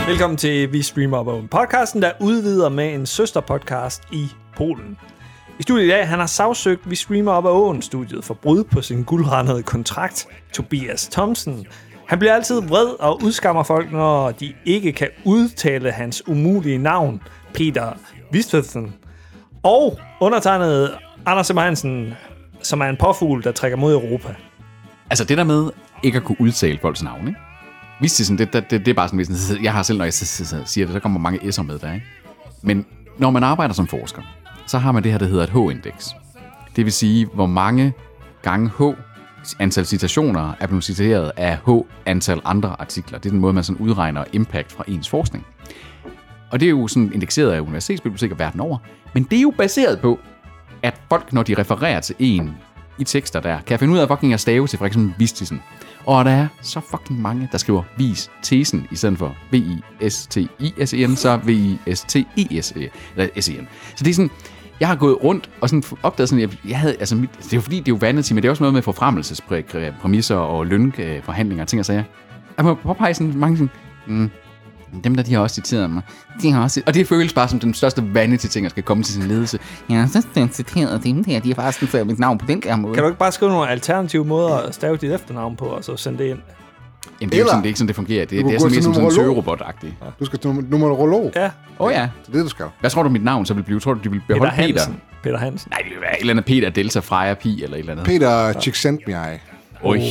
Velkommen til Vi Streamer Op Own, podcasten, der udvider med en søsterpodcast i Polen. I studiet i dag, han har sagsøgt Vi Streamer Op Own-studiet for brud på sin guldrandede kontrakt, Tobias Thomsen. Han bliver altid vred og udskammer folk, når de ikke kan udtale hans umulige navn, Peter Vistesen. Og undertegnet Anders Simmer Hansen, som er en påfugl, der trækker mod Europa. Altså det der med ikke at kunne udtale folks navn, ikke? Vistesen, det er bare sådan, jeg har selv, når jeg siger det, så kommer mange s'er med der, ikke? Men når man arbejder som forsker, så har man det her, der hedder et H-indeks. Det vil sige, hvor mange gange H, antal citationer, er blevet citeret af H, antal andre artikler. Det er den måde, man sådan udregner impact fra ens forskning. Og det er jo sådan indekseret af universitetsbiblioteker verden over. Men det er jo baseret på, at folk, når de refererer til en i tekster der, kan finde ud af fucking at stave til for eksempel Vistisen. Og der er så fucking mange, der skriver vis tesen i stedet for V-I-S-T-I-S-E-N, så V-I-S-T-I-S-E-N. Så det er sådan, jeg har gået rundt og sådan opdaget sådan, jeg havde, altså det er jo fordi, det er jo vanity, men det er også noget med forfremmelsespræmisser og lønforhandlinger og ting og sager. Jeg må påpege sådan mange sådan, dem der, de har også citeret mig. De har også, og det føles bare som den største vanity-ting, at skal komme til sin ledelse. Ja, så har citeret dem der, de har faktisk fået mit navn på den der måde. Kan du ikke bare skrive nogle alternative måder at stave dit efternavn på, og så sende det ind? Jamen, det er ikke sådan, det fungerer. Det er sådan mere som sådan en søgerobot-agtigt. Ja. Du skal til numerolog. Ja. Ja. Det er det, du skal. Hvad tror du, mit navn så vil blive? Tror du, de vil beholde Peter Hansen. Nej, det vil være et eller andet Peter Delta Freja Pi eller et eller andet. Peter Csikszentmihalyi. Oj.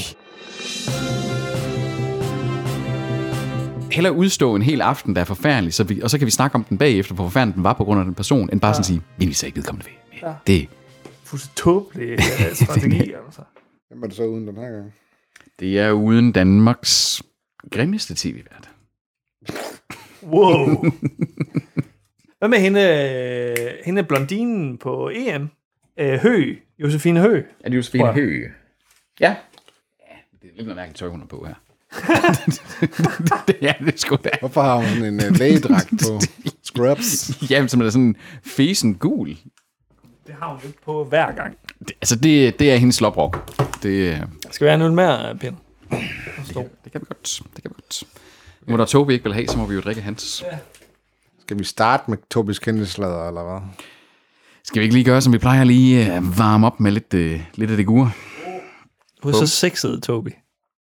Hellere udstå en hel aften, der er forfærdelig, og så kan vi snakke om den bagefter, hvor forfærdelig den var på grund af den person, end bare sådan sige, men vi så ikke vedkommende ved. Ja. Det er fuldstændig tåbelig strategi. Altså. Hvem er det så uden den her gang? Det er uden Danmarks grimmeste tv-vært. Wow. Hvad med hende blondinen på EM? Josefine Høgh. Er det Josefine Høgh? Ja. Det er lidt noget mærkeligt tøj, hun er på her. Ja, det er sgu da. Hvorfor har hun en lægedragt på scrubs? Jamen, som er sådan fesen gul. Det har hun ikke på hver gang. Det er hendes sloprok. Det skal vi have noget mere, Peter? Det kan vi godt. Nu der Tobi ikke vil have, så må vi jo drikke hans. Ja. Skal vi starte med Tobis kendtislader, eller hvad? Skal vi ikke lige gøre, som vi plejer, lige varme op med lidt af det gure? Du er så sexet, Tobi.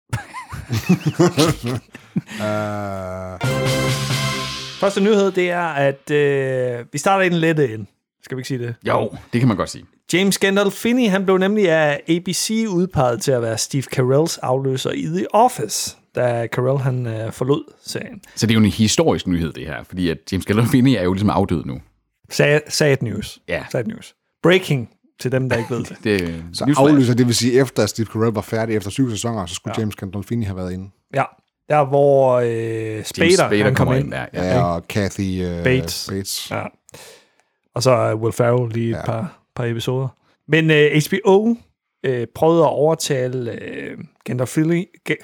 Første nyhed, det er, at vi starter i den lette ende. Skal vi ikke sige det? Jo, det kan man godt sige. James Gandolfini, han blev nemlig af ABC udpeget til at være Steve Carells afløser i The Office, da Carell han forlod serien. Så det er jo en historisk nyhed, det her, fordi at James Gandolfini er jo ligesom afdød nu. Sad news. Ja. Sad news. Breaking til dem, der ikke ved det. Så afløser, det vil sige, efter Steve Carell var færdig efter 7 sæsoner, så skulle James Gandolfini have været inde. Ja, der hvor Spader han kom ind. Ja, og Kathy Bates. Ja. Og så Will Ferrell lige et par episoder. Men HBO prøvede at overtale Gandolfini.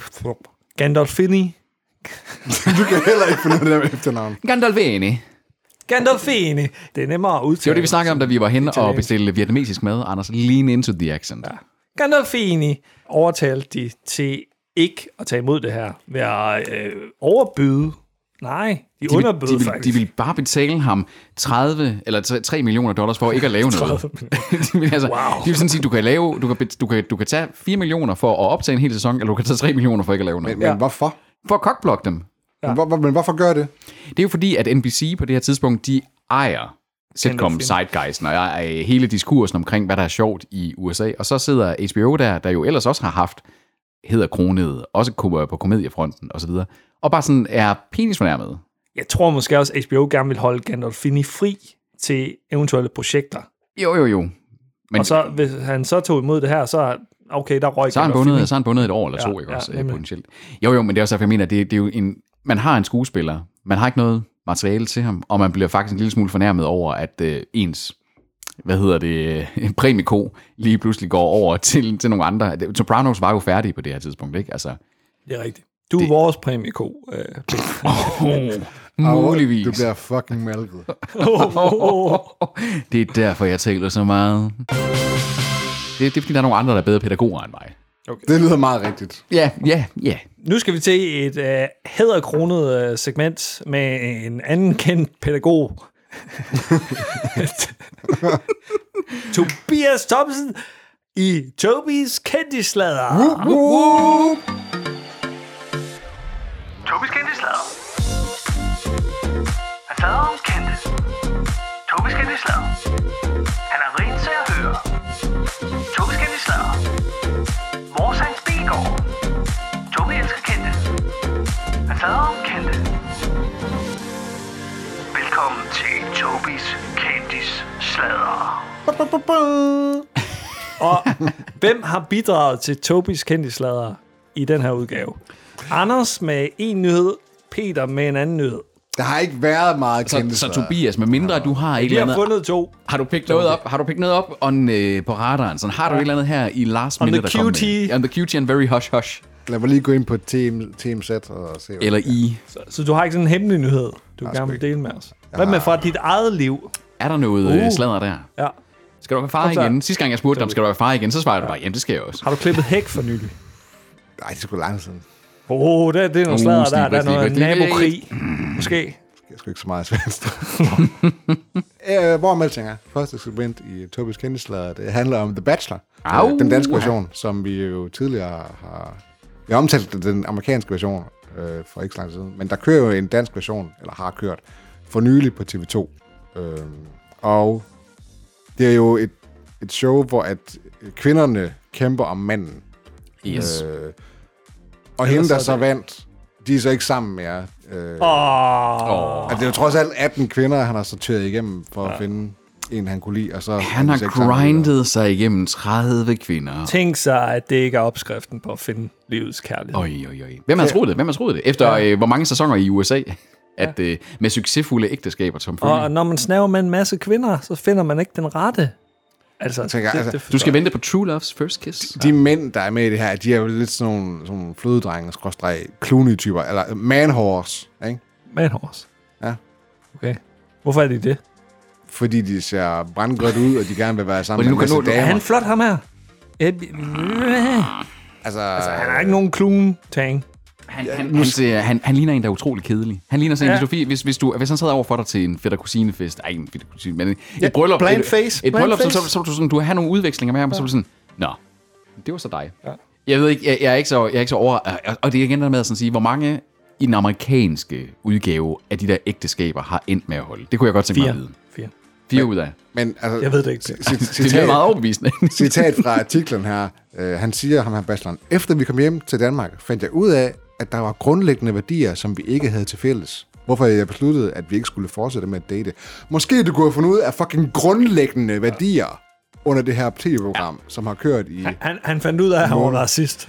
Du kan heller ikke finde det der efternavn. Gandolfini. Det er nemmere at udtale. Det var det, vi snakkede om, da vi var henne og bestilte vietnamesisk mad. Anders, lean into the accent. Ja. Gandolfini overtalte de til ikke at tage imod det her ved at overbyde. Nej, de underbød faktisk. De ville bare betale ham 30 eller 3 millioner dollars for ikke at lave noget. Altså, wow. De vil sådan sige, du kan tage 4 millioner for at optage en hel sæson, eller du kan tage 3 millioner for ikke at lave noget. Men hvorfor? For at cockblock dem. Ja. Men hvorfor gør det? Det er jo fordi, at NBC på det her tidspunkt, de ejer sitcom zeitgeisten og hele diskursen omkring, hvad der er sjovt i USA. Og så sidder HBO der jo ellers også har haft hæderkronet, også på komediefronten osv., og bare sådan er penisfornærmet. Jeg tror måske også, at HBO gerne vil holde Gandolfini fri til eventuelle projekter. Jo. Men og så, hvis han så tog imod det her, så okay, der røg Gandolfini. Så har han bundet et år eller to, ikke også, potentielt. Jo, men det er også derfor, jeg mener, det er jo man har en skuespiller, man har ikke noget materiale til ham, og man bliver faktisk en lille smule fornærmet over, at ens præmieko lige pludselig går over til nogle andre. Sopranos var jo færdige på det her tidspunkt, ikke? Altså, det er rigtigt. Du er vores præmieko. Muligvis. Du bliver fucking malket. Det er derfor, jeg taler så meget. Det er fordi, der er nogle andre, der er bedre pædagoger end mig. Okay. Det lyder meget rigtigt. Ja. Nu skal vi til et hæderkronet segment med en anden kendt pædagog. Tobias Thomsen i Tobis Kendisladder. Tobis Kendisladder. Han slader om kendte. Tobis Kendisladder. Han er rent til at høre. Tobis Kendisladder. Vores Hans Bilgaard. Tobi elsker kendte. Han slader om kendte. Velkommen til Tobis Kendisladder. Og hvem har bidraget til Tobis Kendisladder i den her udgave? Anders med en nyhed, Peter med en anden nyhed. Der har ikke været meget kendte. Så Tobias, med mindre du har et Vi eller har andet... fundet 2. Har du picket noget op? Har du picket noget op på radaren? Sådan, har du et eller andet her i last On minute, the der QT. On the QT and very hush hush. Lad mig lige gå ind på team set og se. Eller i. Så du har ikke sådan en hemmelig nyhed, du gerne vil dele med os? Hvad med fra dit eget liv? Er der noget sladder der? Ja. Skal du være far igen? Sidste gang jeg spurgte dig, skal du være far igen, så svarede du bare, jamen det skal jeg også. Har du klippet hæk for nylig? Nej, det er sgu lang siden. Det er nogle sladder der. Der er noget Steve, nabokrig. Måske. Jeg skal ikke så meget svensk. Hvor Melchinger, første segment i Tobis Kendisladder, det handler om The Bachelor. Den danske version, som vi jo tidligere har... Vi har omtalt den amerikanske version for ikke så lang tid siden, men der kører jo en dansk version, eller har kørt, for nylig på TV2. Og det er jo et show, hvor at kvinderne kæmper om manden. Yes. Og hende, der så vandt, de er så ikke sammen mere. Altså, det er jo trods alt 18 kvinder, han har sorteret igennem for at finde en, han kunne lide. Og så Han har grindet sig igennem 30 kvinder. Tænk sig, at det ikke er opskriften på at finde livets kærlighed. Oj. Hvem har troet det? Efter hvor mange sæsoner i USA, at med succesfulde ægteskaber som følge. Og når man snaver med en masse kvinder, så finder man ikke den rette. Altså, Du skal vente på True Love's First Kiss. De mænd, der er med i det her, de er jo lidt sådan nogle flødedrenge, Clooney-typer, eller man-horse, ikke? Man-horse? Ja. Okay. Hvorfor er de det? Fordi de ser brandgodt ud, og de gerne vil være sammen med en masse damer. Er han flot, ham her? Altså, han er ikke nogen Clooney-tang. Han ligner en, der er utrolig kedelig. Han ligner sådan en, hvis han sad over for dig til en fætter-kusinefest, en fætter-kusine, men et bryllup, et bryllup, så du har nogle udvekslinger med ham, og så er du sådan, nå, det var så dig. Ja. Jeg ved ikke, jeg er ikke så over, og det er igen der med at sådan sige, hvor mange i den amerikanske udgave af de der ægteskaber har endt med at holde. Det kunne jeg godt tænke mig at vide. 4 ud af. Men altså, jeg ved det ikke. Det er meget overbevisende. Citat fra artiklen her. Han siger, ham her bacheloren, efter vi kom hjem til Danmark, fandt jeg ud af, at der var grundlæggende værdier, som vi ikke havde til fælles. Hvorfor jeg besluttede, at vi ikke skulle fortsætte med at date. Måske du kunne have fundet ud af fucking grundlæggende værdier under det her tv-program, som har kørt i... Han fandt ud af, at han var racist.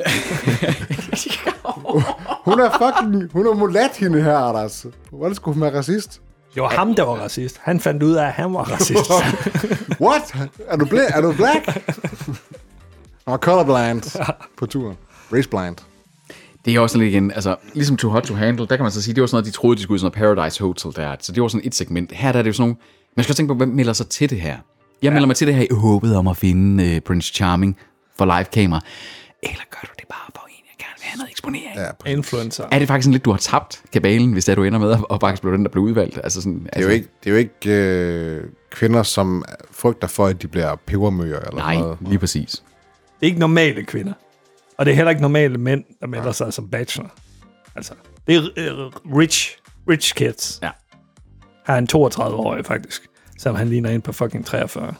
Hun er mulat, hende her, Anders. Hvordan skulle hun være racist? Det var ham, der var racist. Han fandt ud af, at han var racist. What? Er du black? Og colorblind på turen. Raceblind. Det er også lidt igen, altså ligesom Too Hot to Handle, der kan man så sige, det var sådan noget, de troede, de skulle i sådan noget Paradise Hotel der. Så det var sådan et segment. Her der er det jo sådan nogle, man skal tænke på, hvem melder sig til det her. Jeg melder mig til det her i håbet om at finde Prince Charming for live kamera. Eller gør du det bare for en, jeg gerne vil have noget eksponering? Ja, influencer. Er det faktisk sådan lidt, du har tabt kabalen, hvis du ender med at faktisk blive den, der blev udvalgt? Altså sådan, det er jo ikke kvinder, som frygter for, at de bliver pebermøger eller noget. Nej, lige præcis. Det er ikke normale kvinder. Og det er heller ikke normale mænd, der melder sig som bachelor. Altså, det er rich kids. Ja. Her er en 32-årig faktisk, som han ligner ind på fucking 43.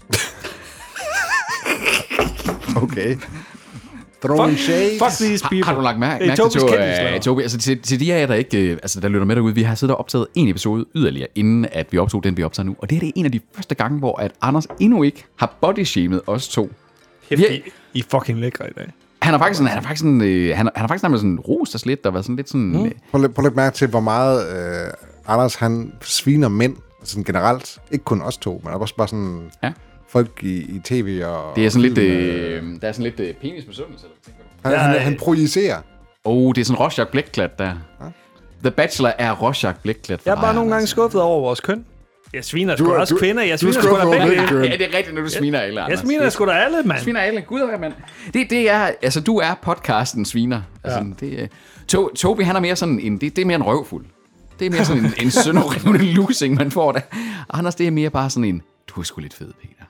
Okay. Throwing shade. Fuck these people. Har du lagt mærke til, Tobi, altså til de af der ikke, altså der lytter med derude, vi har siddet og optaget en episode yderligere, inden at vi optog den, vi optager nu. Og det er en af de første gange, hvor at Anders endnu ikke har bodyshamed os to. I er fucking lækre i dag. Han har faktisk sådan rost os lidt, der var sådan lidt sådan... Prøv at lægge mærke til, hvor meget Anders, han sviner mænd, sådan generelt. Ikke kun os to, men også bare sådan folk i tv og... Det er sådan lidt, der er sådan lidt penisbesundelse, tænker du? Han projicerer. Det er sådan Rorschach Blækklat der. The Bachelor er Rorschach Blækklat. Jeg er bare nogle gange skuffet over vores køn. Jeg sviner sgu da også kvinder. Jeg sviner sgu da begge. Ja, det er rigtigt, når du sviner alle, Anders. Jeg sviner sgu da alle, mand. Sviner alle. Gud, mand. Det er, altså, du er podcasten sviner. Altså, det, Tobi, han er mere sådan en, det er mere en røvfuld. Det er mere sådan en sønderrivende lusing, man får der. Og Anders, det er mere bare sådan en, du er sgu lidt fed, Peter.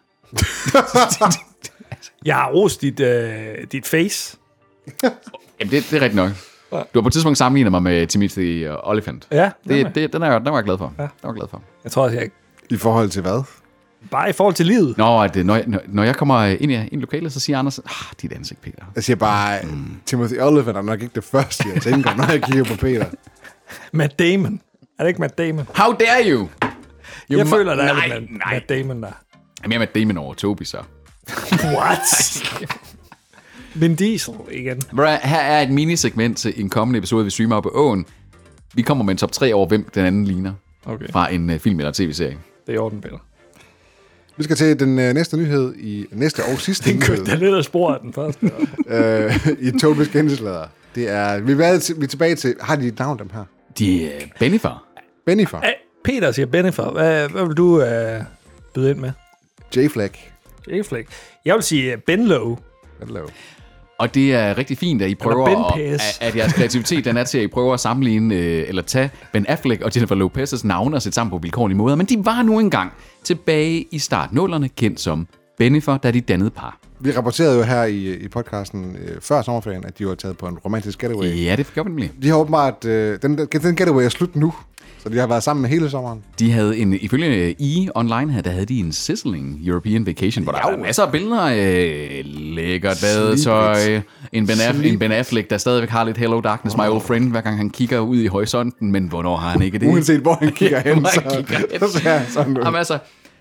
Jeg har rost dit face. Jamen, det er rigtigt nok. Du har på et tidspunkt sammenlignet mig med Timothy Olyphant. Ja, Den var jeg glad for. Ja. Den var jeg glad for. Jeg tror også, I forhold til hvad? bare i forhold til livet. Nå, at, når jeg kommer ind i lokalet, så siger Anders, dit ansigt, Peter. Jeg siger bare, Timothy Olyphant er nok ikke det første, jeg tænker, når jeg kigger på Peter. Matt Damon. Er det ikke Matt Damon? How dare you? Jeg føler, der er nej. Matt Damon der. Jeg er mere Matt Damon over Tobi, så. What? Vin Diesel igen. Her er et minisegment til en kommende episode, vi streamer op på åen. Vi kommer med en top 3 over, hvem den anden ligner. Okay. Fra en film eller tv-serie. Det er i orden, Peter. Vi skal til den næste nyhed i næste og sidste nyhed. Det er lidt af sporet, den første. I Tobis Kendeslader. Det er, vi er tilbage til, har de et navn, dem her? De er Bennifer. Bennifer. Peter siger Bennifer. Hvad vil du byde ind med? J-Flag. J-Flag. Jeg vil sige Benlow. Hello. Og det er rigtig fint, at I prøver at jeres kreativitet den er til, at I prøver at sammenligne eller tage Ben Affleck og Jennifer Lopez's navne og sætte sammen på vilkårlige måder. Men de var nu engang tilbage i startnullerne kendt som Bennifer, da de dannede par. Vi rapporterede jo her i podcasten før sommerferien, at de var taget på en romantisk getaway. Ja, det gjorde man nemlig. De har åbenbart, den getaway er slut nu, så de har været sammen hele sommeren. De havde ifølge online her, der havde de en sizzling European Vacation, hvor der var masser af billeder, lækkert badetøj, en Ben Affleck, der stadigvæk har lidt Hello Darkness, my old friend, hver gang han kigger ud i horisonten, men hvornår har han ikke det? Uanset hvor han kigger hen, så ser han sådan ud. Jamen altså,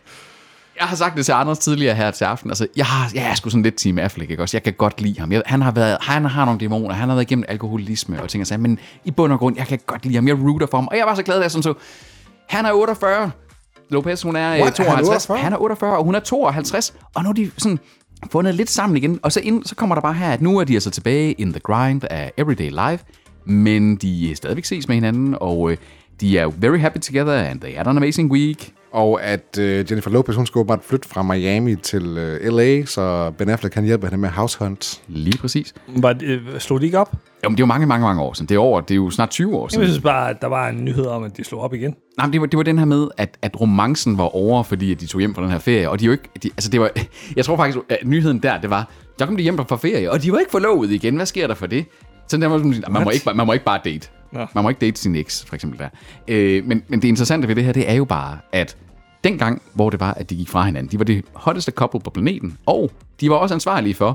jeg har sagt det til Anders tidligere her til aften. Altså, jeg er sgu sådan lidt Team Affleck, ikke også? Jeg kan godt lide ham. Han har nogle dæmoner. Han har været igennem alkoholisme og ting og sager. Men i bund og grund, jeg kan godt lide ham. Jeg rooter for ham. Og jeg var så glad, at jeg sådan så, han er 48. Lopez, hun er 52. Han er 48, og hun er 52. Og nu er de sådan fundet lidt sammen igen. Og så kommer der bare her, at nu er de altså tilbage in the grind af everyday life. Men de stadigvæk ses med hinanden, og de er very happy together, and they had an amazing week. Og at Jennifer Lopez, hun skulle bare flytte fra Miami til LA, så Ben Affleck kan hjælpe hende med House Hunt. Lige præcis. Slog de ikke op? Jamen, det er jo mange år siden. Det er jo snart 20 år siden. Jeg synes bare, at der var en nyhed om, at de slog op igen. Nej, men det var den her med, at romancen var over, fordi at de tog hjem fra den her ferie. Og de jo ikke... jeg tror faktisk, at nyheden der var... Der kom de hjem fra ferie, og de var ikke forlovet igen. Hvad sker der for det? Sådan der man må ikke bare date. No. Man må ikke date sin eks, for eksempel der. Men det interessante ved det her, det er jo bare, at dengang, hvor det var, at de gik fra hinanden, de var det hotteste couple på planeten, og de var også ansvarlige for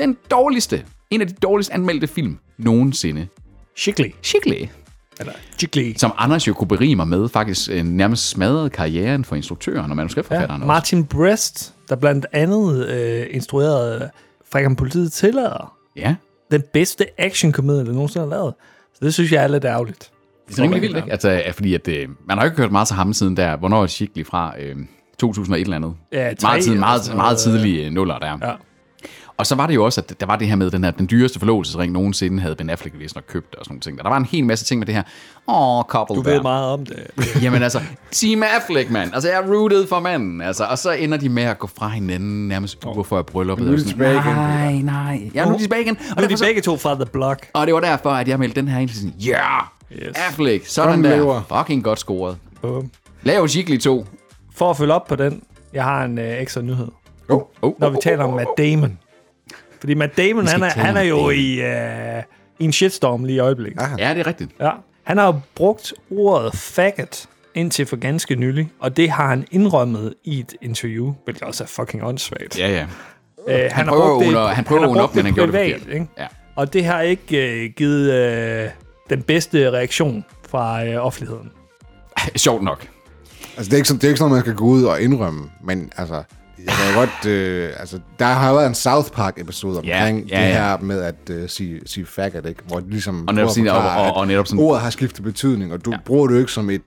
en af de dårligst anmeldte film nogensinde. Chickly. Eller Chickly. Som Anders jo kunne berige mig med, faktisk nærmest smadrede karrieren for instruktøren og manuskriptforfatteren. Ja, Martin Brest, der blandt andet instruerede Frækken politiet tillader. Ja. Den bedste actionkomedie, der nogensinde har lavet. Så det synes jeg er lidt ærgerligt. Det er rimelig vildt, ikke? Altså, fordi at, man har jo ikke hørt meget til ham siden der. Hvornår er Chickly fra 2001 eller andet? Ja, meget tidlige nuller der. Ja. Og så var det jo også, at der var det her med den dyreste forlovelsesring nogensinde havde Ben Affleck vist nok købt og sådan nogle ting. Der var en hel masse ting med det her. Couple du ved meget om det. Jamen altså, Team Affleck, mand. Altså, jeg er rooted for manden. Altså, og så ender de med at gå fra hinanden nærmest uger før brylluppet. Nu er de tilbage igen. Nej. Ja, nu er de tilbage igen. Og nu er de begge to fra The Block. Og det var derfor, at jeg meldte den her ind til sådan, yes. Affleck, sådan der. Fucking godt scoret. Lav Chickly 2. For at følge op på den, jeg har en ekstra nyhed. Når vi taler om Matt Damon. Fordi Matt Damon, han er jo i en shitstorm lige i øjeblikket. Aha. Ja, det er rigtigt. Ja. Han har jo brugt ordet faggot indtil for ganske nylig, og det har han indrømmet i et interview, hvilket også er fucking åndssvagt. Ja. Han prøver at åbne op, men han gjorde det forkert. Ikke? Ja. Og det har ikke givet den bedste reaktion fra offentligheden. Sjovt nok. Altså, det er ikke sådan noget, man skal gå ud og indrømme, men altså... Jeg kan godt, der har været en South Park-episode omkring det her med at sige faggot, ikke? Hvor det ligesom og netop sådan ordet har skiftet betydning, og du bruger det jo ikke som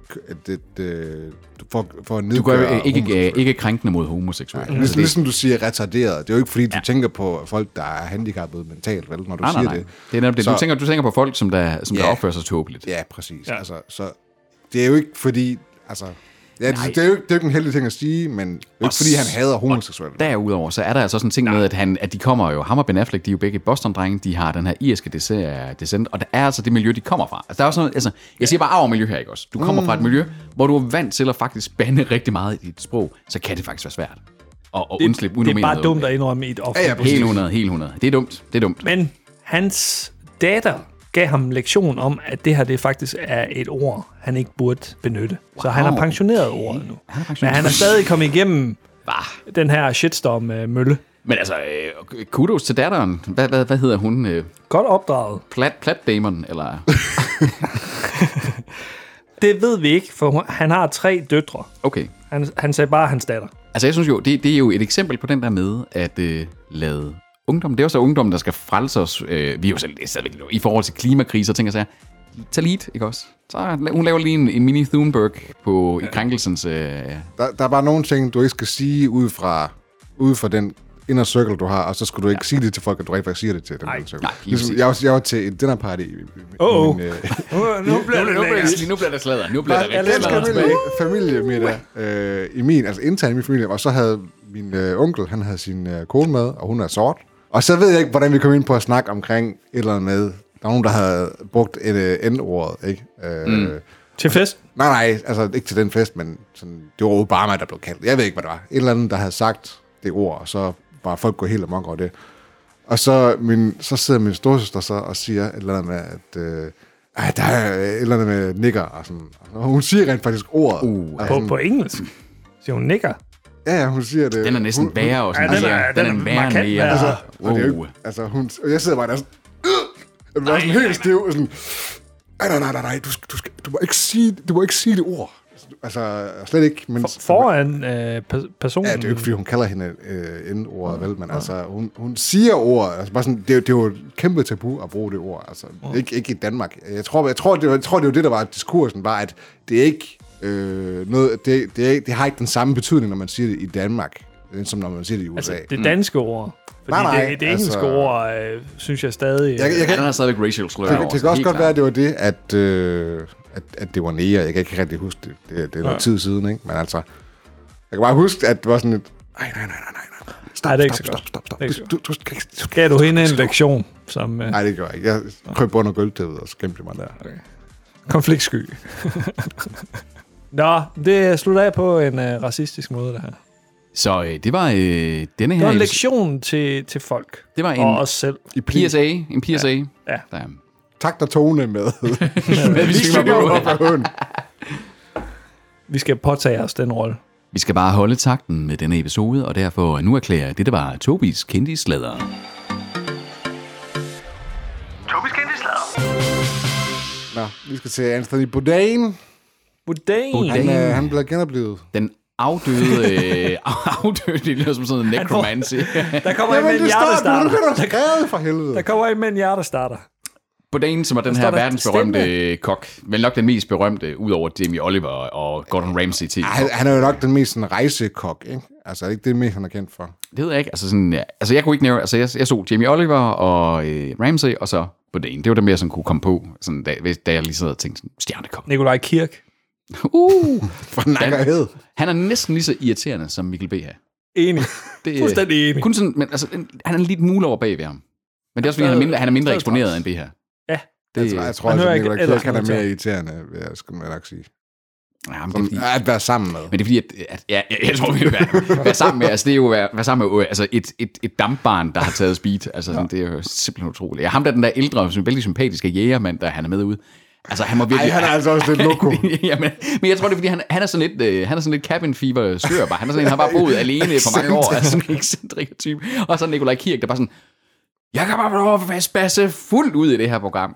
for at nedgøre... Du gør ikke krænkende mod homoseksuelle. Ligesom du siger retarderet. Det er jo ikke fordi, du tænker på folk, der er handicappet mentalt, vel, når du siger det. Det er netop det. Du tænker på folk, som der opfører sig tåbeligt. Ja, præcis. Ja. Altså, så det er jo ikke fordi... Altså, Ja, det er jo ikke en heldig ting at sige, men det er ikke fordi, han hader homoseksuelle. Derudover, så er der altså sådan en ting med, at de kommer jo, ham og Ben Affleck, de er jo begge Boston-drenge, de har den her irske descent, og der er altså det miljø, de kommer fra. Altså, der er også noget, altså, jeg siger bare arv-miljø her, ikke også? Du kommer fra et miljø, hvor du er vant til at faktisk bande rigtig meget i dit sprog, så kan det faktisk være svært. Og undslippe det er bare dumt at indrømme i et offentligt. Helt 100. Det er dumt. Men hans datter gav ham en lektion om, at det her det faktisk er et ord, han ikke burde benytte. Wow. Så han har pensioneret ordet nu. Men han er stadig kommet igennem den her shitstorm-mølle. Men altså, kudos til datteren. Hvad hedder hun? Godt opdraget. Plat Damon, eller? Det ved vi ikke, for han har 3 døtre. Okay. Han sagde bare hans datter. Altså, jeg synes jo, det er jo et eksempel på den der med, at lade ungdom, det er også ungdom, der skal frelse os. Vi er jo stadigvæk i forhold til klimakriser, tænker jeg, Talit, ikke også? Så hun laver lige en mini Thunberg i krænkelsens... Der er bare nogle ting, du ikke skal sige ud fra den inner circle, du har, og så skulle du ikke sige det til folk, at du rigtig faktisk siger det til den inner circle. Ligesom, jeg var til en dinner party. Nu bliver det sladder. Jeg elsker familiemiddag i min, altså internt i min familie, og så havde min onkel, han havde sin kone med, og hun er sort. Og så ved jeg ikke, hvordan vi kom ind på at snakke omkring et eller andet med, der var nogen, der havde brugt et N-ordet, ikke? Til fest? Nej, altså ikke til den fest, men sådan, det var Obama, der blev kaldt. Jeg ved ikke, hvad det var. Et eller andet, der havde sagt det ord, og så var folk gået helt amok over det. Og så sidder min storesøster så og siger et eller andet med, at der er et eller andet med nigger, og sådan. Og hun siger rent faktisk ordet. På engelsk? Siger hun nigger? Ja, hun siger det. Den er næsten værre også. Den er værre. Jeg sidder bare der sådan... Det var sådan helt stiv, sådan... Nej, du må ikke sige det ord. Altså, slet ikke. Men, foran personen? Ja, det er jo ikke, fordi hun kalder hende N-ordet, vel, men altså, hun siger ordet. Altså, bare sådan, det er jo et kæmpe tabu at bruge det ord. Altså, ikke i Danmark. Jeg tror, det er jo det, der var diskursen, var, at det er ikke noget... Det har ikke den samme betydning, når man siger det i Danmark, som når man siger det i USA. Altså, det danske ord. Fordi det engelske ord, synes jeg stadig... Den har stadigvæk racial slur. Det kan også godt være, at det var det, at det var nære. Jeg kan ikke rigtig huske det. Det er noget tid siden, ikke? Men altså... Jeg kan bare huske, at det var sådan et... Nej. Stop. Gav du hende en lektion? Som, Nej, det gjorde jeg ikke. Jeg krøb under gulvtæppet, og så gemte mig der. Okay. Konfliktsky. Nå, det slutter af på en racistisk måde, det her. Så det var denne her... Det var en lektion til folk. Det var og os selv. En PSA. Ja. Takt og tone med. Vi skal påtage os den rolle. Vi skal bare holde takten med denne episode, og derfor nu erklærer jeg, det var Tobis kendisladder. Tobis kendisladder. Nå, vi skal til Anthony Bourdain. Han blev genoplevet. Den afdøde, det lyder som sådan en necromancy. Der kommer en med en hjertestarter. Der kommer en med en hjertestarter. Bourdain, som er den her verdensberømte kok, vel nok den mest berømte, udover Jamie Oliver og Gordon Ramsay til. Han er jo nok den mest sådan, rejsekok, ikke? Altså, ikke det mest, han er kendt for. Det ved jeg ikke. Altså, sådan, altså jeg kunne ikke nævne... Altså, jeg så Jamie Oliver og Ramsay, og så Bourdain. Det var det mere, som kunne komme på, sådan, da jeg lige sad og tænkte, sådan, stjernekok. Nikolaj Kirk. For nakkerhed. Han er næsten lige så irriterende som Mikkel B. her. Enig. Fuldstændig enig. Kun sådan, men altså, han er lidt mule over bag ved ham. Men det er også fordi, han er mindre eksponeret end B her. Ja. Jeg tror også, at Nikolaj Kirk er mere irriterende, skal man nok sige. Ja, men det er at være sammen med. Men det er fordi, at jeg tror, vi vil være sammen med. Altså, det er jo være sammen med altså et dampbarn, der har taget speed. Altså, sådan, det er jo simpelthen utroligt. Ja, ham der den der ældre, vældig sympatiske jægermand, der han er med ude. Altså, han må virkelig... han er altså også lidt loko. Ja, men jeg tror, det er, fordi han er sådan lidt cabin fever skør. Han er sådan en, han har bare boet alene for mange år. Altså sådan en ekscentriker type. Og så Nikolaj Kirk, der bare sådan, jeg kan bare få lov at spasse fuldt ud i det her program.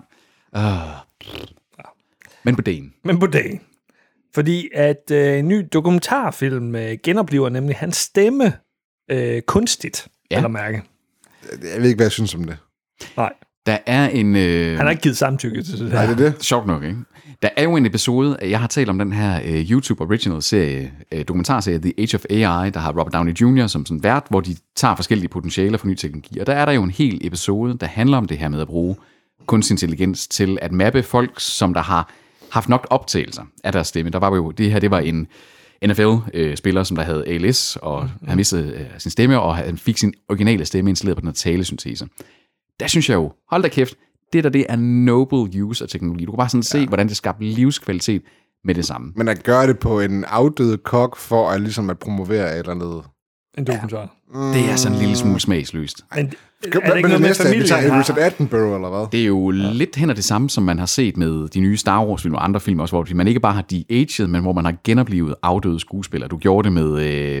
Men Bourdain. Fordi at en ny dokumentarfilm genoplever nemlig hans stemme kunstigt, eller mærke. Jeg ved ikke, hvad jeg synes om det. Nej. Der er en... Han har ikke givet samtykke til det. Nej, det er det. Sjovt nok, ikke? Der er jo en episode, jeg har talt om den her YouTube Original serie, dokumentarserie The Age of AI, der har Robert Downey Jr. som sådan vært, hvor de tager forskellige potentialer for ny teknologi. Og der er der jo en hel episode, der handler om det her med at bruge kunstig intelligens til at mappe folk, som der har haft nok optagelser af deres stemme. Der var jo, det her, det var NFL-spiller, som der havde ALS, og han mistede sin stemme, og han fik sin originale stemme installeret på den her talesyntese. Der synes jeg jo, hold da kæft, det er noble use af teknologi. Du kan bare sådan se, hvordan det skabte livskvalitet med det samme. Men at gøre det på en afdød kok, for at, ligesom at promovere et eller andet... En dokumentar. Det er sådan en lille smule smagsløst. Men er det ikke noget med familien? Vi tager Richard Attenborough, eller hvad? Det er jo lidt hen ad det samme, som man har set med de nye Star Wars-film og andre film også, hvor man ikke bare har de-aged, men hvor man har genoplivet afdøde skuespillere. Du gjorde det med,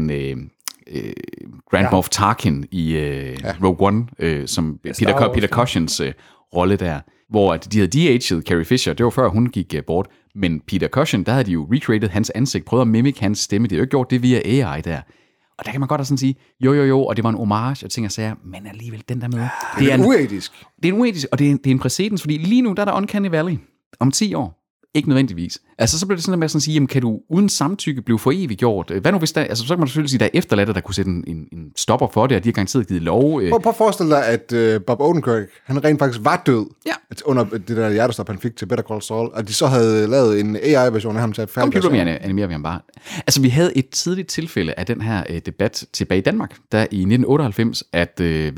Grand Moff Tarkin i Rogue One, som Peter Cushings rolle der, hvor de havde de-aged Carrie Fisher, det var før hun gik bort, men Peter Cushing, der havde de jo recreated hans ansigt, prøvet at mimikke hans stemme, de havde jo ikke gjort det via AI der. Og der kan man godt sådan sige, jo, og det var en homage, og ting og sager, men alligevel den der med. Det er uetisk. Det er uetisk, og det er en præcedens, fordi lige nu, der er der Uncanny Valley. Om 10 år. Ikke nødvendigvis. Altså, så bliver det sådan med at sige, jamen, kan du uden samtykke blive for evigt gjort? Hvad nu hvis der, altså, så kan man selvfølgelig sige, at der er efterladte, der kunne sætte en stopper for det, og de har garanteret givet lov. Prøv at forestille dig, at Bob Odenkirk, han rent faktisk var død, under det der hjertestop, han fik til Better Call Saul, og de så havde lavet en AI-version af ham til at færdig. Computer animerer vi ham bare. Altså, vi havde et tidligt tilfælde af den her debat tilbage i Danmark, der i 1998, at, det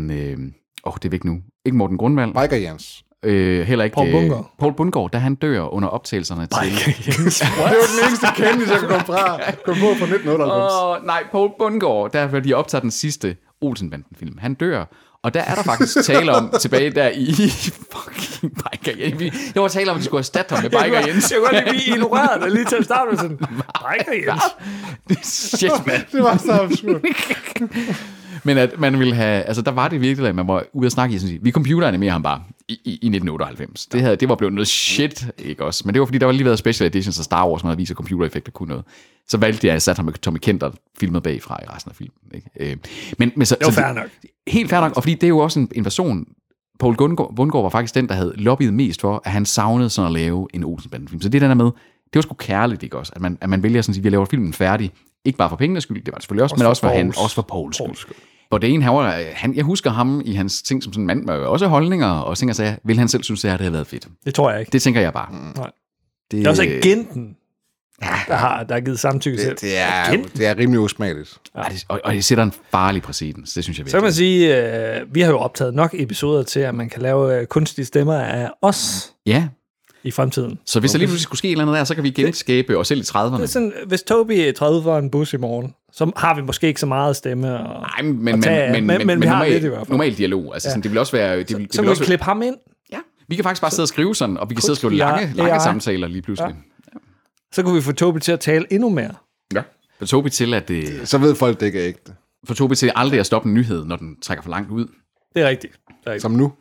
er væk nu. Ikke Morten Grundvald. Biker Jens. Heller ikke Poul Bundgaard, da han dør under optagelserne til... Det var den eneste kendelse, jeg kom på fra 1998. Nej, Poul Bundgaard, der har de optaget den sidste Olsenbanden-film. Han dør, og der er der faktisk tale om tilbage der i fucking Biker Jens. Jeg var tale om, at de skulle erstatte ham med Biker Jens. Jeg kunne godt lige ignorere det lige til at starte med sådan, Biker Jens. Shit, man. Det var så absurd. Men at man ville have, altså der var det virkelig, at man var ude at snakke i, sådan, vi computeranimerer ham bare i 1998. Det var blevet noget shit, ikke også? Men det var fordi, der var lige været special editions af Star Wars, man havde vist, at computereffekter kunne noget. Så valgte jeg at sætte ham med Tommy Kent og filmet bagfra i resten af filmen. Ikke? Men så, det var fair nok. Helt fair nok, og fordi det er jo også en version. Poul Bundgaard var faktisk den, der havde lobbyet mest for, at han savnede sådan at lave en Olsenbanden-film. Så det der med, det var sgu kærligt, ikke også? At man vælger sådan at sige, vi laver filmen færdig. Ikke bare for pengenes skyld, det var det selvfølgelig også, men også for Pauls skyld. Og det ene, jeg husker ham i hans ting som sådan en mand med også holdninger, og ting og sager, vil han selv synes, at det havde været fedt. Det tror jeg ikke. Det tænker jeg bare. Nej. Det er også agenten, der har givet samtykke til. Det er rimelig usmageligt. Ja. Og det sætter en farlig præcedens, det synes jeg virkelig. Så kan man sige, vi har jo optaget nok episoder til, at man kan lave kunstige stemmer af os. Ja. I fremtiden. Så hvis der lige pludselig skulle ske et eller andet der, så kan vi genskabe os selv i 30'erne. Det er sådan, hvis Toby træder ud for en bus i morgen, så har vi måske ikke så meget stemme. Nej, men vi har lidt i hvert fald. Normal dialog. Altså, sådan, det vil også være... Så kan vi klippe ham ind. Ja, vi kan faktisk bare sidde og skrive sådan, og vi kan sidde og skrive lange samtaler lige pludselig. Ja. Så kunne vi få Toby til at tale endnu mere. Ja. For Toby til at... Så ved folk, det ikke er ægte. For Toby til aldrig at stoppe en nyhed, når den trækker for langt ud. Det er rigtigt. Som nu.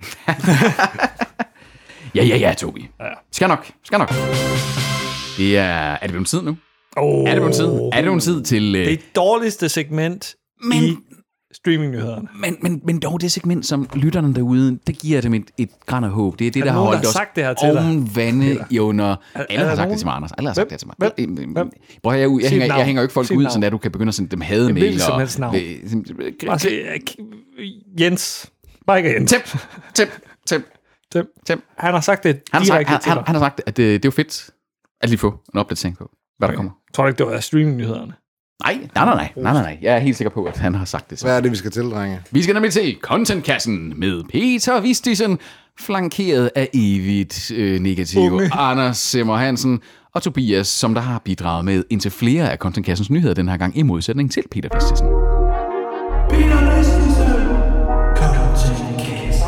Ja, Toby. Ja. Skal nok. Det er det blevet tid nu? Er det blevet tid til... Det dårligste segment i streamingnyhederne. Men dog det segment, som lytterne derude, det giver dem et gran af håb. Det er det, der har holdt os oven vande under... Alle har sagt det til mig, Anders. Alle har sagt det til mig. Prøv at jeg hænger jo ikke folk ud, sådan at du kan begynde at sende dem hademail. Jens. Biker Jens. Tim. Han har sagt det direkte til dig. Han har sagt, at det er jo fedt at lige få en opdatering på, hvad der kommer. Tror du ikke, det var streamingnyhederne? Nej. Jeg er helt sikker på, at han har sagt det. Hvad er det, vi skal til, drenge? Vi skal nemlig til Contentkassen med Peter Vistisen, flankeret af evigt negative Anders Simmer Hansen og Tobias, som der har bidraget med indtil flere af Contentkassens nyheder den her gang, i modsætning til Peter Vistisen. Peter Vistisen, Contentkassen.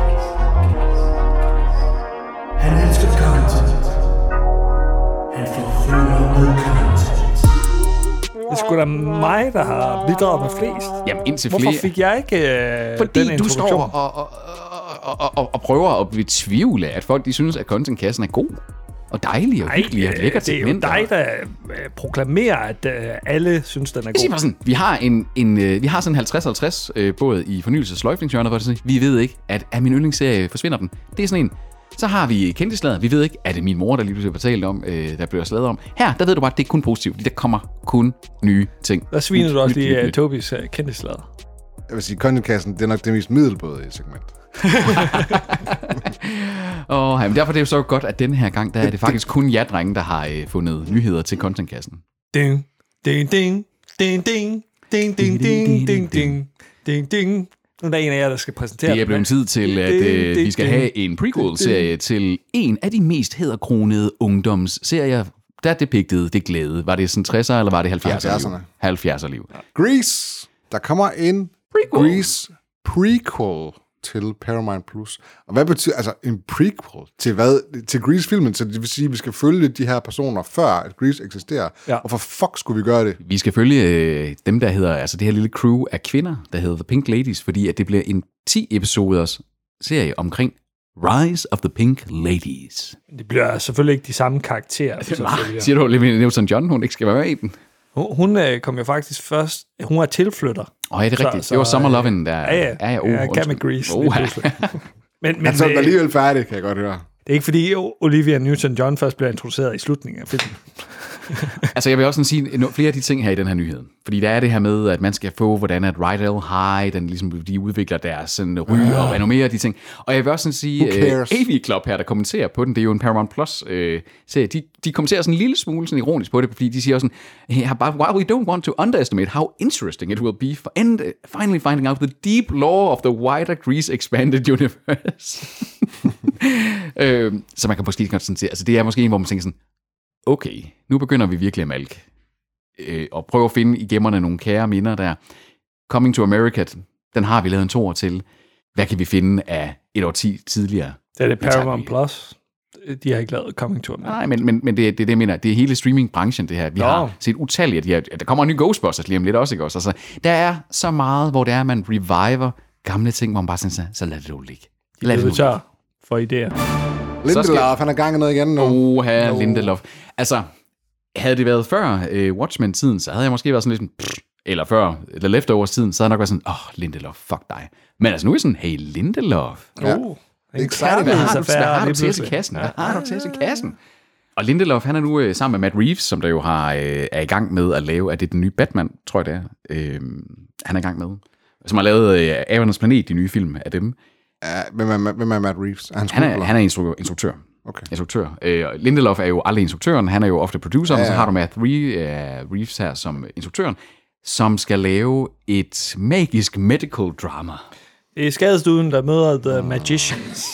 Han elsker content. Han forfølger med content. Det er sgu da mig, der har bidraget med flest. Jamen, indtil flere. Hvorfor fik jeg ikke fordi den du står og prøver at betvivle, at folk de synes, at Contentkassen er god og dejlig og hyggelig og lækker til det er jo dig, der proklamerer, at alle synes, den er god. Sådan, vi har sådan 50-50 både i fornyelses- og sløjfningshjørnet, hvor det siger, vi ved ikke, at min yndlingsserie forsvinder den. Det er sådan en. Så har vi kendtislader. Vi ved ikke, er det min mor, der lige pludselig har fortalt om, der bliver slaget om. Her, der ved du bare, at det er kun positivt, fordi der kommer kun nye ting. Der sviner du også lige Tobis kendtislader. Jeg vil sige, Contentkassen, det er nok det mest middelbåde i segment. Men derfor er det jo så godt, at denne her gang, der er det faktisk kun jer drenge, der har fundet nyheder til contentkassen. Ding, ding, ding, ding, ding, ding, ding, ding, ding, ding, ding, ding. Nu er der en af jer, der skal præsentere. Det er blevet tid til, at vi skal have en prequel-serie til en af de mest hæderkronede ungdomsserier, der depictede det glæde. Var det sådan 60'er, eller var det 70'er? 70'er liv. Grease. Der kommer en Grease prequel til Paramount Plus. Og hvad betyder altså en prequel til hvad? Til Grease-filmen, så det vil sige, at vi skal følge de her personer før at Grease eksisterer. Ja. Og for fuck skulle vi gøre det? Vi skal følge dem, der hedder, altså det her lille crew af kvinder, der hedder The Pink Ladies, fordi at det bliver en 10-episoders serie omkring Rise of the Pink Ladies. Det bliver selvfølgelig ikke de samme karakterer. Siger du, Olivia Newton-John, hun ikke skal være med i den? Hun kom jo faktisk først. Hun er tilflytter. Ja, det er rigtigt. Det var Summer Lovin', der... Jeg kan med Grease. Men så er alligevel færdig, kan jeg godt høre. Det er ikke fordi Olivia Newton-John først bliver introduceret i slutningen af filmen. Altså, jeg vil også sige flere af de ting her i den her nyhed. Fordi der er det her med, at man skal få, hvordan at Rydell High, den ligesom, de udvikler deres sådan, ry og renommerer de ting. Og jeg vil også sådan sige, AV Club her, der kommenterer på den, det er jo en Paramount Plus serie, de kommenterer sådan en lille smule sådan ironisk på det, fordi de siger også sådan, but while we don't want to underestimate how interesting it will be for finally finding out the deep lore of the wider Grease expanded universe. Så man kan måske godt sådan se, altså det er måske en, hvor man tænker sådan, okay, nu begynder vi virkelig at malke. Og prøve at finde i gemmerne nogle kære minder der. Coming to America, den har vi lavet en 2 til. Hvad kan vi finde af et år tidligere? Det er det Paramount Plus. De har ikke lavet Coming to America. Nej, men det er det, jeg mener. Det er hele streamingbranchen, det her. Vi har set utallige af de her. Der kommer en ny Ghostbusters lige om lidt også, ikke også? Altså, der er så meget, hvor det er, at man reviver gamle ting, hvor man bare sådan, så lad det jo ligge. Lad det tør for idéer. Lindelof, han er gang i noget igen nu. Lindelof. Altså, havde det været før Watchmen-tiden, så havde jeg måske været sådan lidt eller før The Leftovers-tiden, så havde jeg nok været sådan, Lindelof, fuck dig. Men altså, nu er jeg sådan, hey, Lindelof. Ja. Hvad har du til kassen? Hvad har du til kassen? Og Lindelof, han er nu sammen med Matt Reeves, som der jo er i gang med at lave, at det er den nye Batman, tror jeg det er. Han er i gang med. Som har lavet Abernes Planet, de nye film af dem. Hvem er Matt Reeves? Han er instruktør. Okay. Instruktør. Lindelof er jo aldrig instruktøren, han er jo ofte produceren, og så har du Matt Reeves her som instruktøren, som skal lave et magisk medical drama. Det er skadestuen, der møder The Magicians.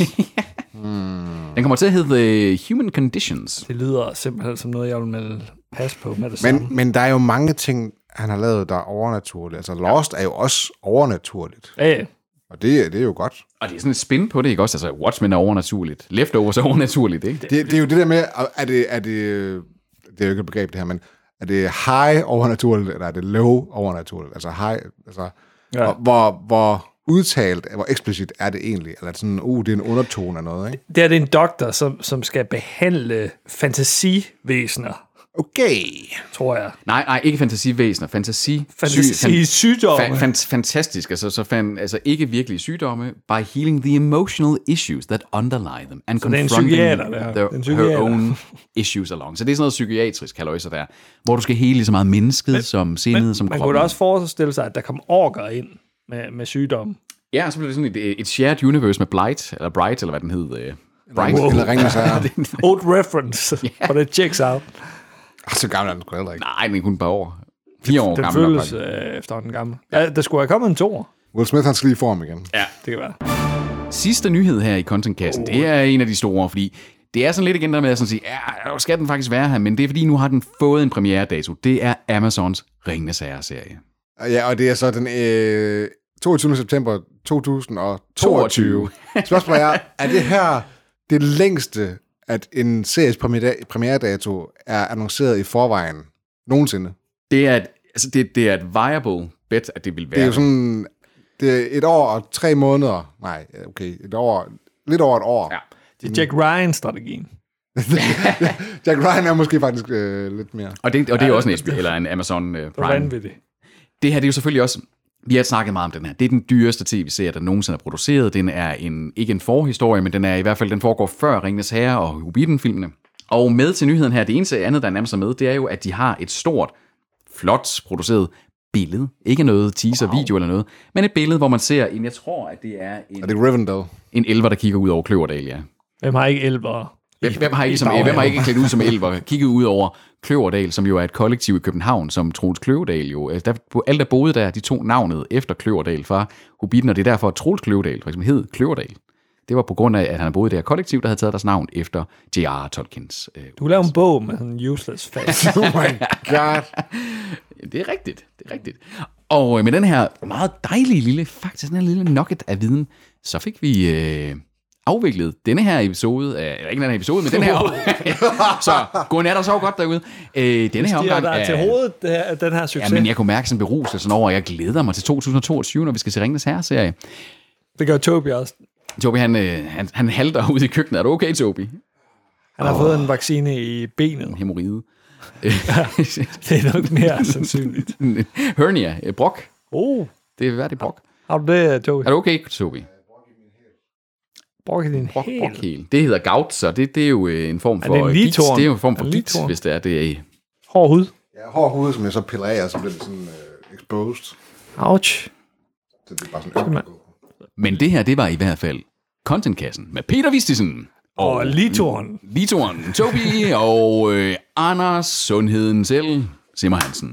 Den kommer til at hedde Human Conditions. Det lyder simpelthen som noget, jeg vil passe på med det samme. Men der er jo mange ting, han har lavet, der er overnaturligt. Altså Lost er jo også overnaturligt. Ja. Og det er jo godt. Og det er sådan et spin på det, ikke også? Altså, Watchmen er overnaturligt. Leftovers er overnaturligt, ikke? Det er jo det der med, det er jo ikke et begreb det her, men er det high overnaturligt, eller er det low overnaturligt? Altså high, altså, hvor udtalt, hvor eksplicit er det egentlig? Eller er det sådan, det er en undertone af noget, ikke? Det er en doktor, som skal behandle fantasivæsener. Okay. Tror jeg. Nej, ikke fantasivæsener. Fantasisygdomme. Fantastisk. Altså ikke virkelige sygdomme, by healing the emotional issues that underlie them, and confronting her own issues along. Så det er sådan noget psykiatrisk halløjse der, hvor du skal hele lige så meget mennesket som sindet, som kroppen. Man kunne også forestille sig, at der kom orker ind med sygdomme. Ja, så bliver det sådan et shared universe med Bright, eller hvad den hed. Bright, eller Ringens Herre. Old reference, for det checks out. Så gammel er den sgu heller ikke. Nej, den er kun et par år. 4 år gammel. Den føles efter den gamle. Ja, der skulle have kommet en 2'er. Will Smith, han skal lige i form igen. Ja, det kan være. Sidste nyhed her i contentkassen, det er en af de store, fordi det er sådan lidt igen der med at sådan sige, skal den faktisk være her, men det er fordi, nu har den fået en premieredato. Det er Amazons Ringenes Herre-serie. Ja, og det er så den 22. september 2022. Spørgsmålet er det her det længste, at en series premieredato er annonceret i forvejen nogensinde? Det er et viable bet, at det vil være. Det er jo sådan, det er 1 år og 3 måneder. Nej, okay, lidt over 1 år. Ja. Det er Jack Ryan-strategien. Jack Ryan er måske faktisk lidt mere. Og det er også en eller en Amazon Prime. Det her, det er jo selvfølgelig også, vi har snakket meget om den her. Det er den dyreste tv-serie, der nogensinde er produceret. Den er ikke en forhistorie, men den er i hvert fald, den foregår før Ringenes Herre og Hobbiten-filmene. Og med til nyheden her, det eneste andet, der er nærmest med, det er jo, at de har et stort, flot produceret billede. Ikke noget teaser-video eller noget, men et billede, hvor man ser jeg tror, at det er Og det er Rivendell. en elver, der kigger ud over Kløverdal, ja. Hvem har ikke elver? Hvem har ikke klædt ud som elver? Kigget ud over Kløverdal, som jo er et kollektiv i København, som Troels Kløvedal jo. Alle, der boede der, de tog navnet efter Kløverdal fra Hobbiten, og det er derfor, at Troels Kløvedal for eksempel hed Kløverdal. Det var på grund af, at han havde boet i det her kollektiv, der havde taget deres navn efter J.R. Tolkiens. Du kan lave en bog med sådan en useless fact. Oh my god. Det er rigtigt. Og med den her meget dejlige lille, faktisk den her lille nugget af viden, så fik vi afviklet denne her episode, ikke den her episode, men den her. Så godnat og sov godt derude. Denne her omgang der til hovedet, den her succes. Ja, men jeg kunne mærke sådan beruselse over, at jeg glæder mig til 2022, når vi skal se Ringenes Herre-serie. Det gør Toby også. Toby, han halter ude i køkkenet. Er du okay, Toby? Han har fået en vaccine i benet. Hemorrhide. Det er nok mere sandsynligt. Hernia. Brok. Det er hvad, det er brok. Har du det, Toby? Er du okay, Toby? Brok i din hæl. Brokhæl. Det hedder gout, så det er jo en form for gigt. Det er jo en form for gigt, hvis det er. Hård hud. Ja, hård hoved, som jeg så piller af, og så bliver det sådan exposed. Ouch. Så det er bare sådan Men det her, det var i hvert fald Contentkassen med Peter Vistisen. Og Litoren. Litoren, Toby og Anders Sundheden selv, Simmer Hansen.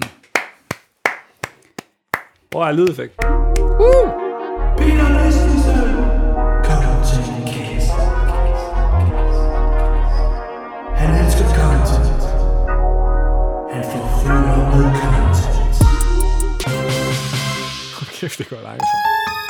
Hvor er lydeffekt? Peter Vistisen, Contentkassen. Han elsker content. Han forfølger med content. Kæft, det går langsomt.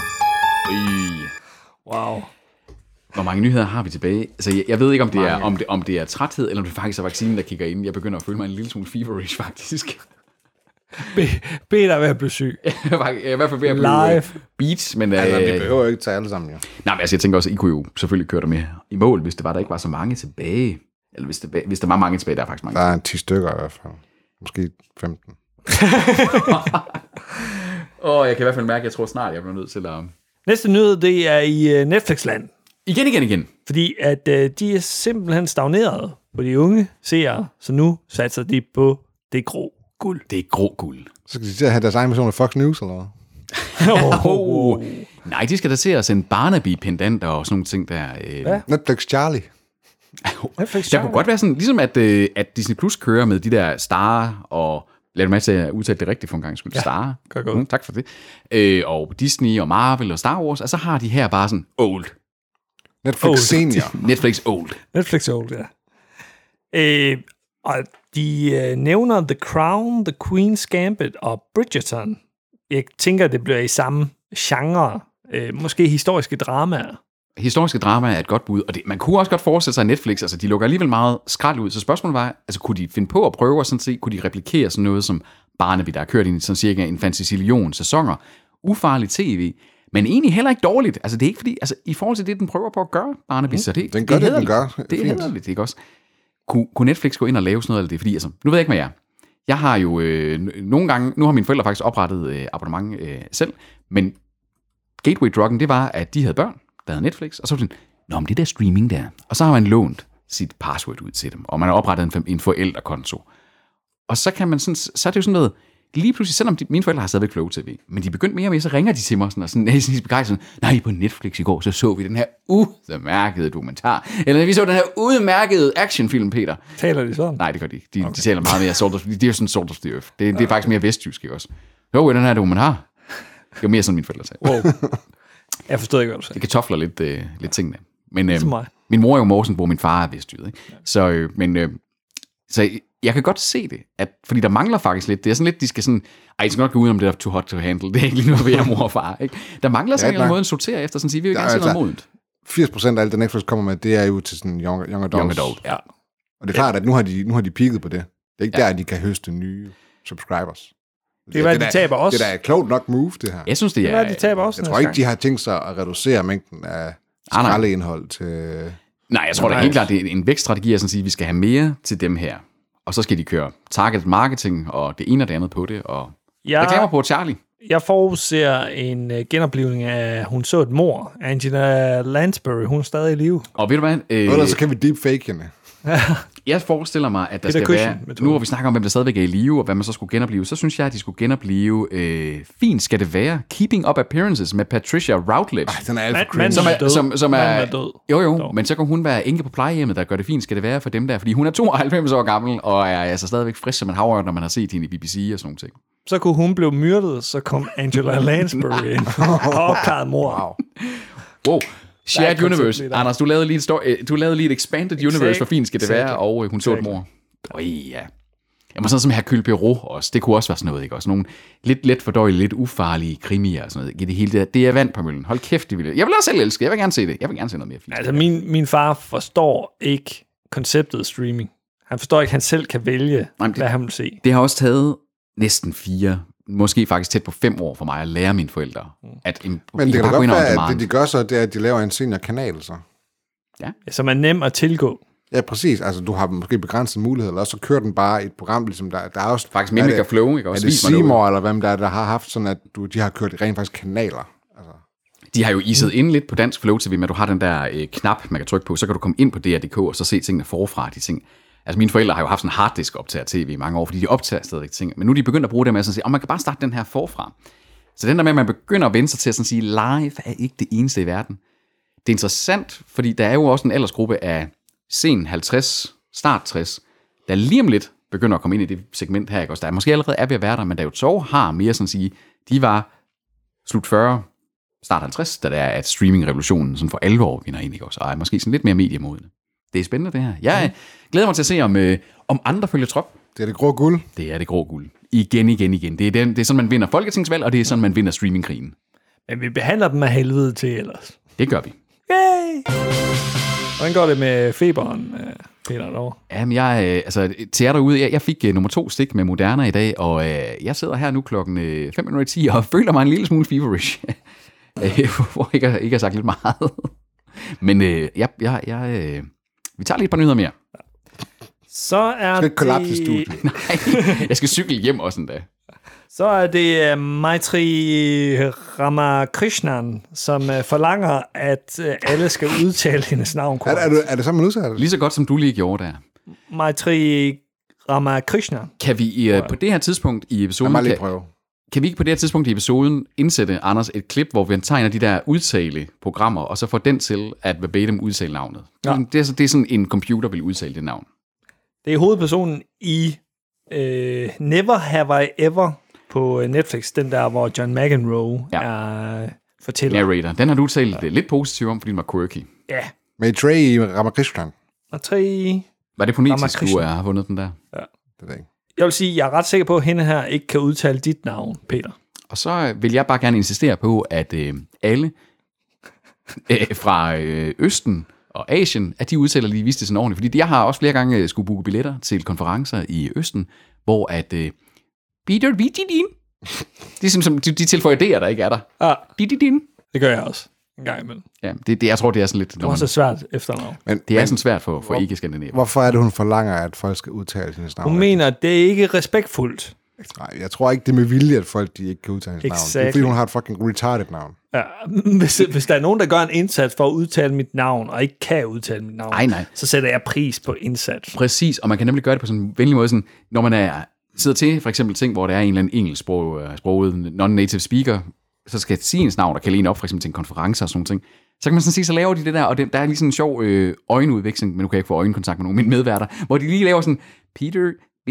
Wow. Hvor mange nyheder har vi tilbage? Altså, jeg ved ikke, om det er træthed, eller om det faktisk er vaccinen, der kigger ind. Jeg begynder at føle mig en lille smule feverish, faktisk. Peter er ved at blive syg. Jeg er i hvert fald ved at blive beat, men... Altså, vi behøver jo ikke tage alle sammen, jo. Nej, men altså, jeg tænker også, at I kunne jo selvfølgelig køre der med i mål, hvis det var, der ikke var så mange tilbage. Eller hvis der var mange tilbage, der er faktisk mange. Der er 10 stykker i hvert fald. Måske 15. Jeg kan i hvert fald mærke, at jeg tror snart, jeg bliver nødt til at... Næste nyhed, det er i Netflix-land. Igen. Fordi at de er simpelthen stagneret på de unge seere, så nu satser de på det grå guld. Det er grå guld. Så skal de til at have deres egen version af Fox News, eller hvad? Nej, de skal da se at sende Barnaby-pendanter og sådan nogle ting der. Netflix Charlie. Der kunne godt være sådan, ligesom at Disney Plus kører med de der Star og... Lad mig til at udtale det rigtigt for en gang skyld. Star. Tak for det. Og Disney og Marvel og Star Wars. Og så har de her bare sådan old. Netflix old. Senior. Netflix old. Netflix old, ja. Og de nævner The Crown, The Queen's Gambit og Bridgerton. Jeg tænker, det bliver i samme genre. Måske historiske dramaer. Historiske dramaer er et godt bud, og man kunne også godt forestille sig, at Netflix, altså de lukker alligevel meget skrald ud, så spørgsmålet var, altså kunne de finde på at prøve at sådan se, kunne de replikere sådan noget som Barnaby, der har kørt i sådan cirka en fantasy-million sæsoner, ufarligt tv, men egentlig heller ikke dårligt, altså det er ikke fordi, altså i forhold til det, den prøver på at gøre, Barnaby, så det den gør det, den gør. Det er hederligt, ikke også? Kunne Netflix gå ind og lave sådan noget, eller det er fordi, altså, nu ved jeg ikke med jer, jeg har jo nogle gange, nu har mine forældre faktisk oprettet abonnement selv, men gateway-druggen, det var, at de havde børn, der havde Netflix, og så var det sådan, men det der streaming der, og så har man lånt sit password ud til dem, og man har oprettet en forældrekonto. Og så kan man sådan, så er det jo sådan noget, lige pludselig, selvom mine forældre har stadigvæk Flow TV, men de begyndte mere og mere, så ringer de til mig sådan, og sådan, begejstret, nej, på Netflix i går, så vi den her udmærkede dokumentar, eller vi så den her udmærkede actionfilm, Peter. Taler de sådan? Nej, det gør de ikke. De taler meget mere Salt of, de er jo sådan Salt of the Earth. Det er faktisk mere vestjysk, ikke også? Jo, den her dokumentar. Det var mere sådan, mine forældre sagde. Wow. Jeg forstår ikke, hvad du sagde. Det kartofler lidt tingene. Men min mor er jo Morsenborg, min far er vestjyde, ikke? Så jeg kan godt se det, fordi der mangler faktisk lidt. Det er sådan lidt, de skal sådan, I skal nok gå ud om det der too hot to handle. Det er ikke lige noget ved jer mor og far, ikke? Der mangler sådan en eller anden måde at sortere efter, sådan at sige, vi vil gerne se noget modent. 80% af alt det Netflix kommer med, det er jo til sådan young adults. Young adult, ja. Og det er klart, at nu har de peaked på det. Det er ikke der, at de kan høste nye subscribers. Det er hvad, de taber også. Det er da et klogt nok move, det her. Jeg synes, det er... De taber også. Jeg tror ikke, de har tænkt sig at reducere mængden af skraldeindhold til... Nej, jeg tror da helt klart, det er en vækststrategi, at sige, at vi skal have mere til dem her. Og så skal de køre targeted marketing, og det ene og det andet på det, og reklamer på Charlie. Jeg forudser en genoplivning af Hun så et mord. Angela Lansbury, hun er stadig i live. Og ved du hvad? Ellers så kan vi deepfake hende. Jeg forestiller mig, at der Peter skal være... Cushing-metoden. Nu hvor vi snakker om, hvem der stadigvæk er i live, og hvad man så skulle genopleve, så synes jeg, at de skulle genopleve... fint skal det være. Keeping Up Appearances med Patricia Routledge. Ej, den er alt for Manden cringe. er død. som er... Manden er død. Jo, Dog. men så kan hun være enke på plejehjemmet, der gør det fint skal det være for dem der, fordi hun er 92 år gammel, og er altså stadigvæk frisk som en havørn, når man har set hende i BBC og sådan nogle ting. Så kunne hun blive myrdet, så kom Angela Lansbury ind og opklarede mor. Wow. Shared koncept Universe. lige der. Anders, du lavede lige et Expanded Universe, hvor fint skal det være, og hun så et Exactly. mor. Ja. Jamen sådan som Hercule Poirot også. Det kunne også være sådan noget, ikke? Også nogle lidt fordøjelige, lidt ufarlige krimier og sådan noget. Det hele det er vand på møllen. Hold kæft, det vil jeg. Jeg vil også selv elske. Jeg vil gerne se det. Jeg vil gerne se noget mere fint. Altså, min far forstår ikke konceptet streaming. Han forstår ikke, at han selv kan vælge, hvad han vil se. Det har også taget næsten 4, måske faktisk tæt på 5 år for mig at lære mine forældre, at Men det kan da gå ind godt on være, at demand. det de gør så, det er, at de laver en seniorkanal så. Som er nem at tilgå. Ja, præcis. Altså, du har måske begrænset mulighed, eller også så kører den bare i et program, ligesom der er også... Faktisk Mimic og Flow, ikke? Er Også det Vis mig noget. Seymour, eller hvem der har haft sådan, at de har kørt rent faktisk kanaler? Altså, De har jo iset ind lidt på Dansk Flow TV, men du har den der knap, man kan trykke på, så kan du komme ind på DR.dk og så se tingene forfra, de ting. Altså mine forældre har jo haft sådan en harddisk optager tv i mange år, fordi de optager stadig ting. Men nu er de begyndt at bruge det med at sige, man kan bare starte den her forfra. Så den der med, at man begynder at vende sig til at sådan sige, live er ikke det eneste i verden. Det er interessant, fordi der er jo også en aldersgruppe af sen 50, start 60, der lige om lidt begynder at komme ind i det segment her, ikke? Også der er måske allerede er ved at være der, men der jo så har mere sådan at sige, de var slut 40, start 50, da der er, at streaming-revolutionen sådan for alvor vinder ind, ikke også? Og er måske sådan lidt mere mediemodende. Det er spændende, det her. Jeg glæder mig til at se, om andre følger trop. det er det grå guld. Det er det grå guld. Igen. Det er sådan, man vinder folketingsvalg, og det er sådan, man vinder streamingkrigen. Men vi behandler dem af helvede til ellers. Det gør vi. Yay! Hvordan går det med feberen, Peter, derovre? Jamen, til jer derude, jeg fik nummer 2 stik med Moderna i dag, og jeg sidder her nu klokken 5:10 og føler mig en lille smule feverish. Hvor jeg ikke har sagt lidt meget. Men vi tager lige et par nyheder mere. Så er Skal ikke kollapse i studiet. Nej, jeg skal cykle hjem også en dag. Så er det Maitri Ramakrishnan, som forlanger, at alle skal udtale hendes navn korrekt. Er det så, man udsætter det? Lige så godt, som du lige gjorde der. Maitri Ramakrishnan. Kan vi på det her tidspunkt i Lad episoden... mig lige prøve. Kan vi ikke på det her tidspunkt i episoden indsætte, Anders, et klip, hvor vi tegner de der udtale-programmer, og så får den til at verbatim udtale navnet? Ja. Det er sådan, en computer vil udtale det navn. Det er hovedpersonen i Never Have I Ever på Netflix, den der, hvor John McEnroe er fortæller. Narrator. Den har du talt lidt positivt om, fordi den var quirky. Ja. Maitreyi Ramakrishnan. Maitri. Var det fonetisk, du Ramakrishnan. har vundet den der? Det ved jeg ikke. Jeg vil sige, jeg er ret sikker på, at hende her ikke kan udtale dit navn, Peter. Og så vil jeg bare gerne insistere på, at alle fra Østen og Asien, at de udtaler lige vist det sådan ordentligt. Fordi jeg har også flere gange skulle booke billetter til konferencer i Østen, hvor at Peter Vigidin, det er som de tilføjer D'er, der ikke er der. Ja, Vigidin. det gør jeg også en gang imellem. Ja, jeg tror, det er sådan lidt... Det er også svært efternavn. Det er sådan svært for ikke-skandinaver. Hvorfor er det, hun forlanger, at folk skal udtale hendes navn? Hun mener, at det er ikke respektfuldt. Nej, jeg tror ikke, det er med vilje, at folk de ikke kan udtale hendes navn. Det er Exactly. fordi, hun har et fucking retarded navn. Ja, hvis der er nogen, der gør en indsats for at udtale mit navn, og ikke kan udtale mit navn, Nej. så sætter jeg pris på indsats. Præcis, og man kan nemlig gøre det på sådan en venlig måde, sådan, når man sidder til for eksempel ting, hvor der er en eller anden engelsksproget non-native speaker, så skal sige ens navn og kalde en op for eksempel til en konference og sådan nogle ting. Så kan man sådan sige, så laver de det der, og der er lige sådan en sjov øjenudveksling, men nu kan jeg ikke få øjenkontakt med nogen af mine medværter, hvor de lige laver sådan, Peter,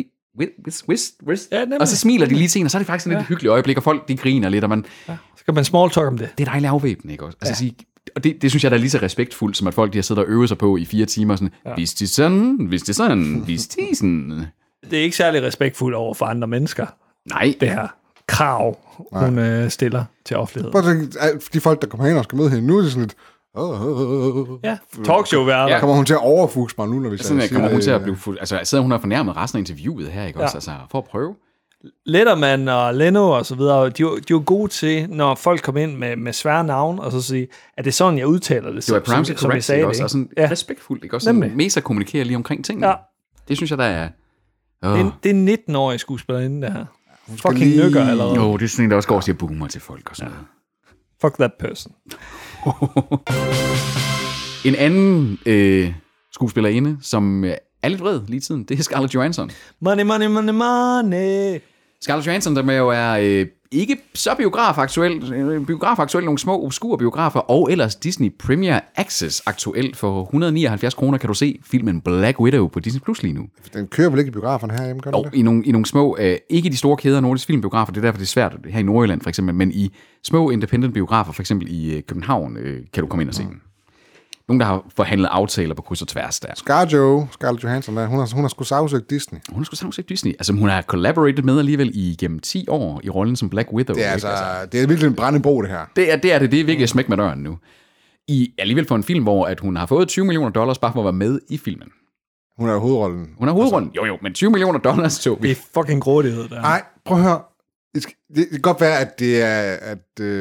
Ja, og så smiler de lige til en, og så er det faktisk sådan et hyggeligt øjeblik, og folk de griner lidt, og man, Så kan man small talk om det. det er dejligt afvæbnende, ikke også? Altså, sige, og det synes jeg, der er lige så respektfuldt, som at folk de har siddet og øvet sig på i 4 timer, sådan, hvis det sådan, hvis det sådan. Det er ikke særlig respektfuldt over for andre mennesker, Nej, det her krav, hun stiller til offentligheden. Prøv at tænke, de folk, der kommer hen og skal møde hende nu, er det sådan lidt... Ja, talkshow-værter. Ja. Kommer hun til at overfuge mig nu, når vi sådan siger kommer hun det? til at blive fuld. Altså, sidder hun har fornærmet resten af interviewet her, ikke også? Altså, for at prøve. Letterman og Leno og så videre, de er jo gode til, når folk kommer ind med svære navn, og så sige, at det er sådan, jeg udtaler det, Det var pronounced som jeg correct, sagde ikke det. også? Og sådan Ja. respektfuldt, ikke også? Sådan Nemlig. mest at kommunikere lige omkring tingene. Ja. Det synes jeg, der er... Det er 19-årige skuespillerinde, det her. skal Fucking lige- nykker allerede. Jo, det er sådan en, der også går og siger boomer til folk og sådan noget. Fuck that person. En anden skuespillerinde, som er lidt vred lige i tiden. Det er Scarlett Johansson. Money, money, money, money. Scarlett Johansson, der jo er ikke så biografaktuelt, nogle små obskure biografer, og ellers Disney Premier Access aktuelt for 179 kroner kan du se filmen Black Widow på Disney Plus lige nu. Den kører vel ikke i biograferne herhjemme, gør den det? I nogle små, ikke de store kæder af nordiske filmbiografer, det er derfor, det er svært her i Nordjylland for eksempel, men i små independent biografer, for eksempel i København, kan du komme ind og se den. Nogen, der har forhandlet aftaler på kryds og tværs der. Scarlett Johansson, hun har sgu sagsøgt Disney. Hun har sgu sagsøgt Disney. Altså, hun har collaborated med alligevel igennem 10 år i rollen som Black Widow. Det er, det er virkelig en brændende bro, det her. Det er virkelig smæk med døren nu. Alligevel for en film, hvor at hun har fået $20 million bare for at være med i filmen. Hun er hovedrollen. Jo, men $20 million tog vi. Det er fucking grådighed der. Nej, prøv at høre. Det kan godt være, at det er...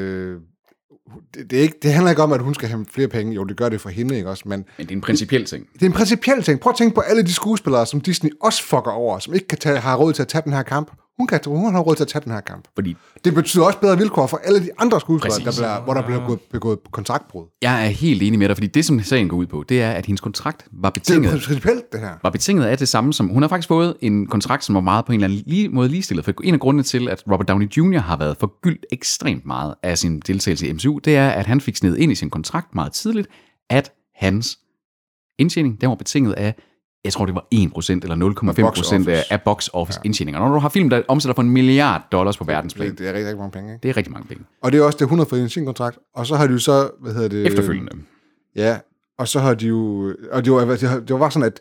Det handler ikke om, at hun skal have flere penge. Jo, det gør det for hende, ikke også? Men det er en principiel ting. Det er en principiel ting. Prøv at tænke på alle de skuespillere, som Disney også fucker over, som ikke har råd til at tage den her kamp. Hun har råd til at tage den her kamp. Fordi det betyder også bedre vilkår for alle de andre skuespillere, hvor der bliver begået kontraktbrud. Jeg er helt enig med dig, fordi det, som sagen går ud på, det er, at hendes kontrakt var betinget. Det er principielt, det her. Var betinget af det samme som... Hun har faktisk fået en kontrakt, som var meget på en eller anden måde ligestillet. For en af grundene til, at Robert Downey Jr. har været forgyldt ekstremt meget af sin deltagelse i MCU, det er, at han fik snedet ind i sin kontrakt meget tidligt, at hans indtjening, den var betinget af, jeg tror, det var 1% eller 0,5% af box office indtjeninger. Når du har film, der omsætter for $1 milliard på verdensplan. Det er rigtig mange penge, ikke? Det er rigtig mange penge. Og det er også det 100 for sin kontrakt. Og så har de jo så, efterfølgende. Ja, og så har de jo... Og det var bare sådan, at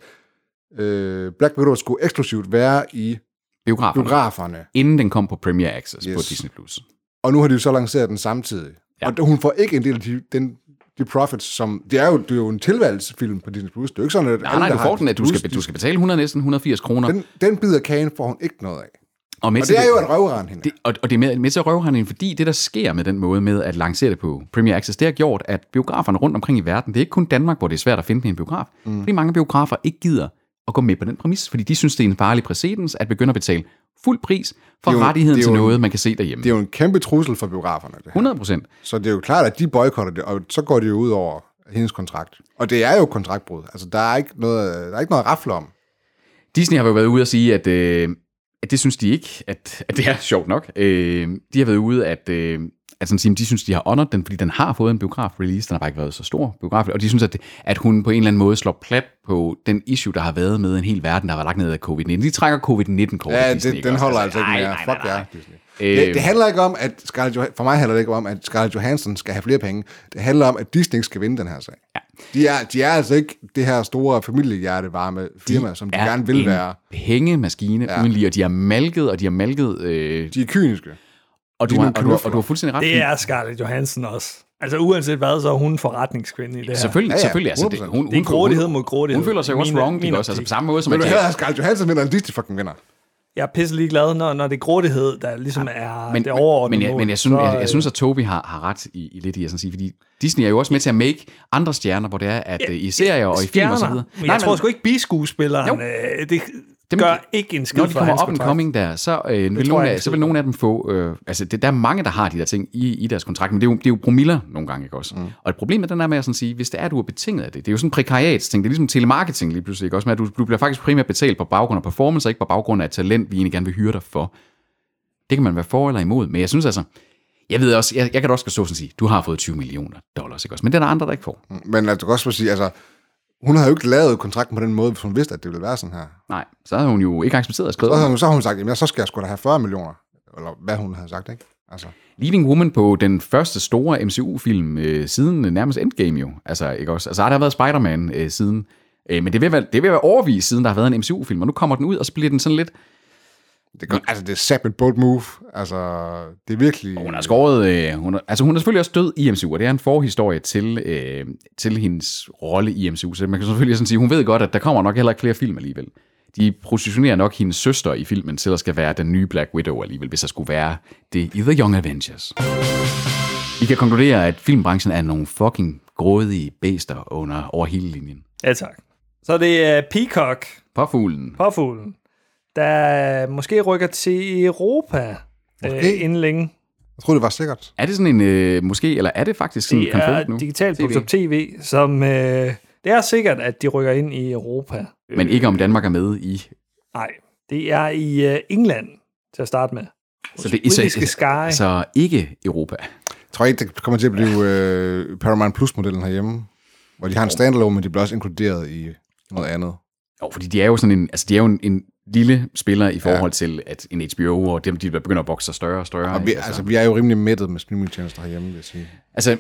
Black Widow skulle eksklusivt være i biograferne. Inden den kom på Premier Access på Disney+. Og nu har de jo så lanceret den samtidig. Ja. Og hun får ikke en del af de profits, som... Det er jo en tilvalgsfilm på Disney+. Det er jo ikke sådan, at... Nej, du får den, at du skal betale næsten 180 kroner. Den bid af kagen får hun ikke noget af. Og det er jo at røvrende hende. Og det er med til at røvrende hende, fordi det, der sker med den måde med at lancere det på Premier Access, det har gjort, at biograferne rundt omkring i verden, det er ikke kun Danmark, hvor det er svært at finde en biograf, fordi mange biografer ikke gider at gå med på den præmis, fordi de synes, det er en farlig præcedens at begynde at betale fuld pris for rettigheden til noget, man kan se derhjemme. Det er jo en kæmpe trussel for biograferne. Det 100%. Så det er jo klart, at de boykotter det, og så går det jo ud over hendes kontrakt. Og det er jo kontraktbrud. Altså, der er ikke noget at rafle om. Disney har jo været ude at sige, at det synes de ikke, at det er sjovt nok. De har været ude at sådan sige, de synes, de har honored den, fordi den har fået en biograf-release, den har bare ikke været så stor biograf, og de synes, at hun på en eller anden måde slår plat på den issue, der har været med en hel verden, der har været lagt ned af covid-19. De trækker covid-19-kortet. Ja, den holder altså ikke mere. Fuck ja, Disney. Det handler ikke om, at for mig handler det ikke om, at Scarlett Johansson skal have flere penge. Det handler om, at Disney skal vinde den her sag. Ja. De er altså ikke det her store familiehjertevarme firma, som de gerne vil være. De er en pengemaskine uden lige, og de har malket, De er kyniske. Og du har fuldstændig ret. Det er Scarlett Johansson også. Altså uanset hvad, så er hun forretningskvinde i det her. Selvfølgelig. Altså, det er grådighed mod grådighed. Hun føler sig også wrong, ikke også? Altså på samme måde som... Men du hører, Scarlett Johansson vinder, en Disney fucking vinder. Jeg er pisselig glad, når det er grådighed, der ligesom er det overordnede. Men jeg synes, at Toby har ret i lidt i at sige, fordi Disney er jo også med til at make andre stjerner, hvor det er, at i serier og i film og så videre. Men jeg tror sgu ikke, biskuespilleren... Det gør ikke en skid for hans kontrakt. Når de kommer up and coming der, så vil nogle af dem få... altså, der er mange, der har de der ting i deres kontrakt, men det er jo promiller nogle gange, ikke også? Og et problem med den er med at sådan sige, hvis det er, du er betinget af det, det er jo sådan en prekariatsting, det er ligesom telemarketing lige pludselig, ikke også? Men at du bliver faktisk primært betalt på baggrund af performance, og ikke på baggrund af et talent, vi egentlig gerne vil hyre dig for. Det kan man være for eller imod, men jeg synes altså... Jeg ved også, jeg kan da også sådan sige, du har fået $20 million, ikke også? Men det er der andre, der ikke får. Men altså, du kan også sige, altså... Hun har jo ikke lavet kontrakten på den måde, hvis hun vidste, at det ville være sådan her. Nej, så havde hun jo ikke accepteret at skrive. Så har hun sagt, jamen så skal jeg sgu da have 40 millioner. Eller hvad hun havde sagt, ikke? Altså. Leading Woman på den første store MCU-film siden nærmest Endgame jo. Altså, ikke også? Altså, der har været Spider-Man siden. Men det vil være overvist siden, der har været en MCU-film. Og nu kommer den ud, og så bliver den sådan lidt... det er sabbat bold move. Altså, det er virkelig... Og hun har skåret... hun er selvfølgelig også død i MCU, og det er en forhistorie til hendes rolle i MCU. Så man kan selvfølgelig sådan sige, hun ved godt, at der kommer nok heller ikke flere film alligevel. De positionerer nok hendes søster i filmen til at skal være den nye Black Widow alligevel, hvis der skulle være det i The Young Avengers. Vi kan konkludere, at filmbranchen er nogle fucking grådige bæster over hele linjen. Ja, tak. Så det er Peacock. Påfuglen. Der måske rykker til Europa inden længe. Jeg tror det var sikkert. Er det sådan en måske, eller er det faktisk sådan en confirmed nu? Det er digitalt TV, som... det er sikkert, at de rykker ind i Europa. Men ikke om Danmark er med i... Nej, det er i England til at starte med. Så det er Britiske Sky. så ikke Europa. Jeg tror ikke, det kommer til at blive Paramount Plus-modellen herhjemme, hvor de har en standalone, men de bliver også inkluderet i noget andet. Jo, fordi de er jo sådan en lille spiller i forhold til at en HBO, og dem, de begynder at vokse sig større og større. Og vi er jo rimelig mættet med streamingtjenester herhjemme, vil jeg sige. Altså,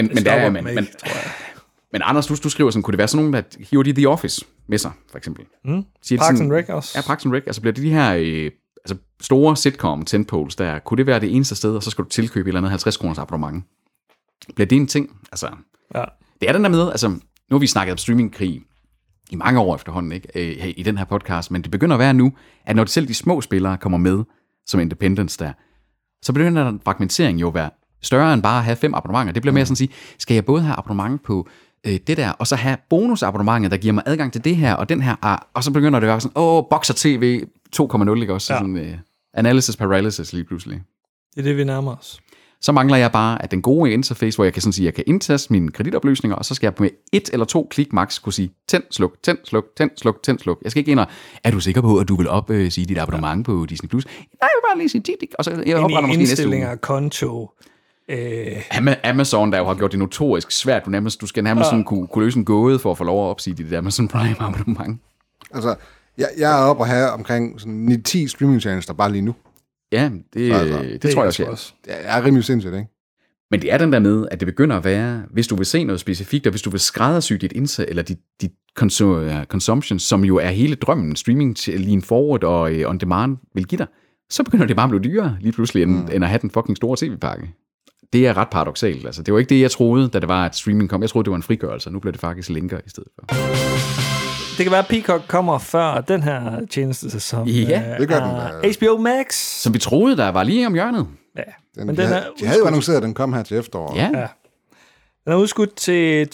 men Anders, du skriver sådan, kunne det være sådan nogen, der hiver de The Office med sig, for eksempel? Parks and Rec også. Ja, Parks and Rec. Altså bliver det de her store sitcom tentpoles der, kunne det være det eneste sted, og så skal du tilkøbe et eller andet 50 kroners abonnement? Bliver det en ting? Altså, det er den der med, altså, nu har vi snakket om streamingkrig i mange år efterhånden, ikke? I den her podcast, men det begynder at være nu, at når selv de små spillere kommer med som independents der, så begynder der fragmentering jo at være større end bare at have 5 abonnementer. Det bliver mere sådan at sige, skal jeg både have abonnement på det der, og så have bonusabonnementet, der giver mig adgang til det her, og den her, og så begynder det at være sådan, Boxer TV 2.0, ikke også? Ja. Sådan, analysis paralysis lige pludselig. Det er det, vi nærmer os. Så mangler jeg bare, at den gode interface, hvor jeg kan sådan sige, jeg kan indtaste mine kreditoplysninger, og så skal jeg med 1 eller 2 klik max kunne sige, tænd, sluk, tænd, sluk, tænd, sluk, tænd, sluk. Jeg skal ikke ind og, er du sikker på, at du vil sige dit abonnement på Disney+? Nej, jeg vil bare lige sige dit, og så jeg opretter måske næste uge. Indstillinger, konto. Amazon, der jo har gjort det notorisk svært. Du skal nærmest sådan kunne løse en gåde for at få lov at opsige dit Amazon Prime abonnement. Altså, jeg er oppe at have omkring 9-10 streamingtjenester bare lige nu. Ja, det tror jeg også. Det er rimelig sindssygt, ikke? Men det er den der med, at det begynder at være, hvis du vil se noget specifikt, og hvis du vil skræddersy dit indsæt, eller dit consumption, som jo er hele drømmen, streaming lean forward og on demand vil give dig, så begynder det bare at blive dyrere lige pludselig, end at have den fucking store tv-pakke. Det er ret paradoksalt. Altså, det var ikke det, jeg troede, da det var, at streaming kom. Jeg troede, det var en frigørelse, og nu bliver det faktisk linker i stedet for. Det kan være, at Peacock kommer før den her tjeneste, som det gør den. HBO Max. Som vi troede, der var lige om hjørnet. Ja. Men de havde jo annonceret, at den kom her til efteråret. Ja. Den er udskudt til